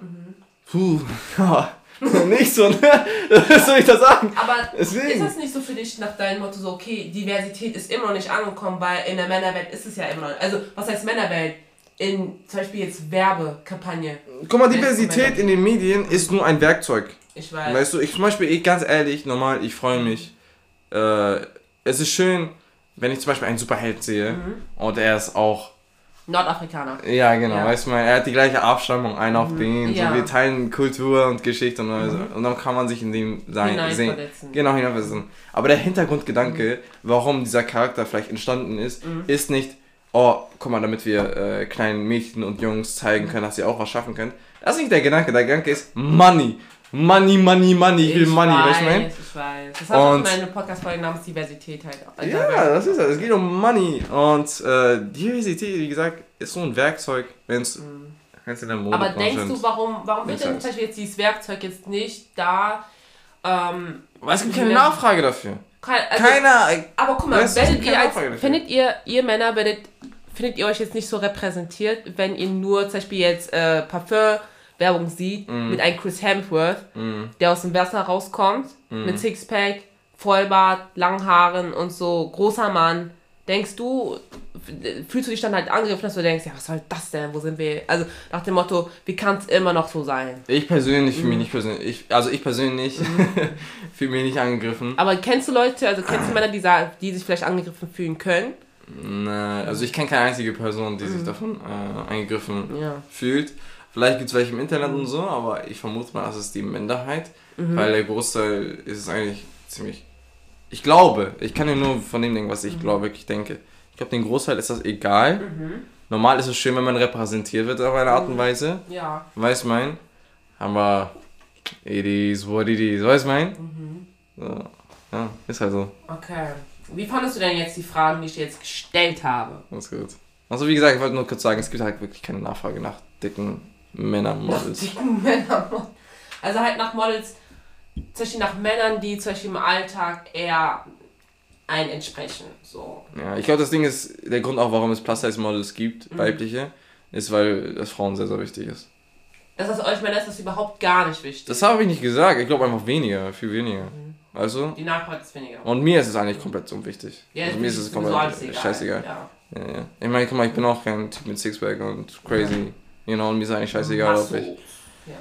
nicht so, ne? Was soll ich da sagen? Aber deswegen. Ist das nicht so für dich nach deinem Motto so, okay, Diversität ist immer noch nicht angekommen, weil in der Männerwelt ist es ja immer noch, also was heißt Männerwelt? In zum Beispiel jetzt Werbekampagne. Guck mal, Diversität in den Medien ist nur ein Werkzeug. Ich weiß. Weißt du, zum Beispiel, ganz ehrlich, normal, ich freue mich. Es ist schön, wenn ich zum Beispiel einen Superheld sehe und er ist auch Nordafrikaner. Ja, genau, weißt du, er hat die gleiche Abstammung, einer auf den, so, wir teilen Kultur und Geschichte und dann kann man sich in dem sehen. Genau, hineinversetzen. Aber der Hintergrundgedanke, warum dieser Charakter vielleicht entstanden ist, ist nicht, oh, guck mal, damit wir kleinen Mädchen und Jungs zeigen können, dass sie auch was schaffen können. Das ist nicht der Gedanke ist Money. Money, ich will Money, weißt du, ich weiß. Das hat auch in einer Podcast-Folge namens Diversität halt. Ja, das ist es. Es geht um Money. Und Diversität, wie gesagt, ist so ein Werkzeug, wenn es in der Mode Aber denkst du, warum wird denn zum Beispiel jetzt dieses Werkzeug jetzt nicht da? Weil es gibt keine Nachfrage dafür. Keiner. Aber guck mal, findet ihr Männer, findet ihr euch jetzt nicht so repräsentiert, wenn ihr nur zum Beispiel jetzt Parfüm-Werbung sieht mit einem Chris Hemsworth, der aus dem Wasser rauskommt, mit Sixpack, Vollbart, langen Haaren und so, großer Mann. Fühlst du dich dann halt angegriffen, dass du denkst, ja, was soll das denn, wo sind wir? Also nach dem Motto, wie kann es immer noch so sein? Ich persönlich fühle mich nicht persönlich, fühle mich nicht angegriffen. Aber kennst du Männer, die sich vielleicht angegriffen fühlen können? Nein, also ich kenne keine einzige Person, die sich davon angegriffen fühlt. Vielleicht gibt es welche im Internet und so, aber ich vermute mal, das ist die Minderheit, weil der Großteil ist es eigentlich ziemlich... Ich glaube, ich kann ja nur von dem denken, was ich wirklich denke. Ich glaube, den Großteil ist das egal. Normal ist es schön, wenn man repräsentiert wird auf eine Art und Weise. Ja. Weißt du, aber it is what it is. Weißt du, So. Ja, ist halt so. Okay. Wie fandest du denn jetzt die Fragen, die ich dir jetzt gestellt habe? Alles gut. Also wie gesagt, ich wollte nur kurz sagen, es gibt halt wirklich keine Nachfrage nach dicken Männermodels. Dicken Männermodels. Also halt nach Models, zum Beispiel nach Männern, die zum Beispiel im Alltag eher einen entsprechen. So. Ja, ich glaube, das Ding ist, der Grund auch, warum es Plus-Size-Models gibt, weibliche, ist, weil das Frauen sehr, sehr wichtig ist. Dass das euch Männer ist das überhaupt gar nicht wichtig. Das habe ich nicht gesagt, ich glaube einfach weniger, viel weniger. Also? Die Nachfrage ist weniger. Und mir ist es eigentlich komplett unwichtig. Ja, also mir ist es komplett scheißegal. Ja. Ich meine, ich bin auch kein Typ mit Sixpack und crazy. Und mir ist eigentlich scheißegal, ob ich...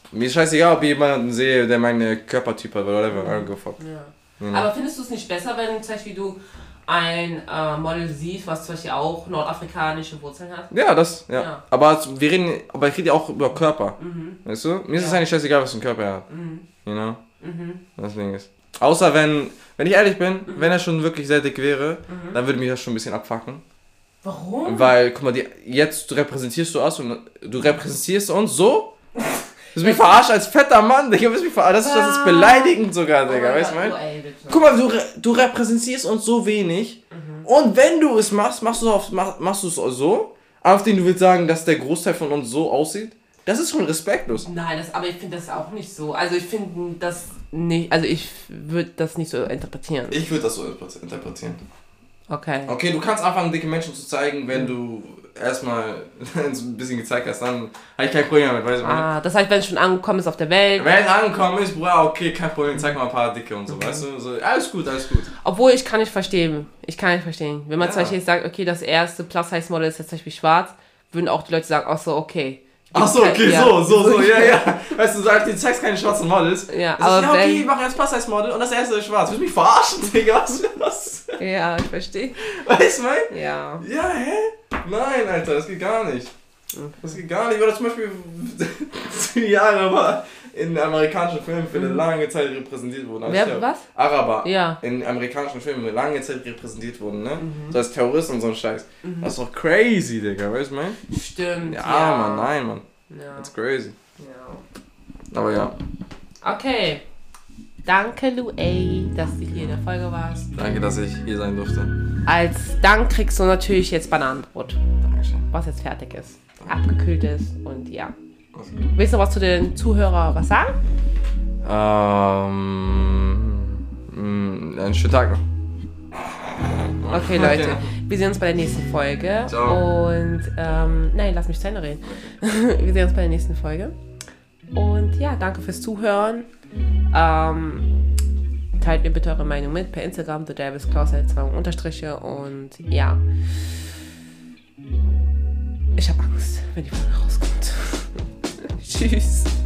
Mir ist scheißegal, ob ich jemanden sehe, der meinen Körpertyp hat oder whatever. I don't give a fuck. Ja. Aber findest du es nicht besser, wenn zum Beispiel du ein Model siehst, was zum Beispiel auch nordafrikanische Wurzeln hat? Ja, ja. Aber ich rede ja auch über Körper. Weißt du? Mir ist es eigentlich scheißegal, was für ein Körper er hat. You know? Deswegen ist. Außer wenn ich ehrlich bin, wenn er schon wirklich sehr dick wäre, dann würde mich das schon ein bisschen abfucken. Warum? Weil, guck mal, jetzt repräsentierst du uns und du repräsentierst uns so? Du mich verarscht als fetter Mann, Digga, das ist beleidigend sogar, Digga, weißt du, mein? Guck mal, du repräsentierst uns so wenig und wenn du es machst, machst du es so, auf den du willst sagen, dass der Großteil von uns so aussieht, das ist schon respektlos. Nein, aber ich finde das auch nicht so. Also ich finde das nicht, also ich würde das nicht so interpretieren. Ich würde das so interpretieren. Okay. Okay, du kannst anfangen, dicke Menschen zu zeigen, wenn du erstmal ein bisschen gezeigt hast, dann habe ich kein Problem damit, weißt du? Das heißt, wenn es schon angekommen ist auf der Welt. Wenn es angekommen ist, Bruder, okay, kein Problem, zeig mal ein paar Dicke und so, weißt du? So, alles gut. Obwohl, ich kann nicht verstehen. Wenn man zum Beispiel sagt, okay, das erste Plus-Size-Model ist jetzt zum Beispiel schwarz, würden auch die Leute sagen, ach so, okay. Okay, ja. ja. Weißt du, du zeigst keine schwarzen Models. Ja, aber okay, ich mache jetzt Plus-Size-Model und das erste ist schwarz. Willst du mich verarschen, Digga? Was? Ja, ich verstehe. Weißt du, mein? Ja. Ja, hä? Nein, Alter, das geht gar nicht. Das geht gar nicht. Oder zum Beispiel 10 Jahre war in amerikanischen Filmen für eine lange Zeit repräsentiert wurden. Wer, was? Araber. Ja. In amerikanischen Filmen lange Zeit repräsentiert wurden, ne? So als Terroristen und so ein Scheiß. Das ist doch crazy, Digga, weißt du, man? Stimmt, ja. Mann, nein, Mann. Ja. That's crazy. Ja. Aber ja. Okay. Danke, Luay, dass du hier in der Folge warst. Danke, dass ich hier sein durfte. Als Dank kriegst du natürlich jetzt Bananenbrot. Dankeschön. Was jetzt fertig ist. Abgekühlt ist und ja. Willst du was zu den Zuhörern was sagen? Einen schönen Tag noch. Okay, Leute. Wir sehen uns bei der nächsten Folge. Ciao. Und, nein, lass mich zu Ende reden. Wir sehen uns bei der nächsten Folge. Und ja, danke fürs Zuhören. Teilt mir bitte eure Meinung mit per Instagram, TheDavisClaus2_ und ja. Ich habe Angst, wenn die Folge rauskommt. Tschüss.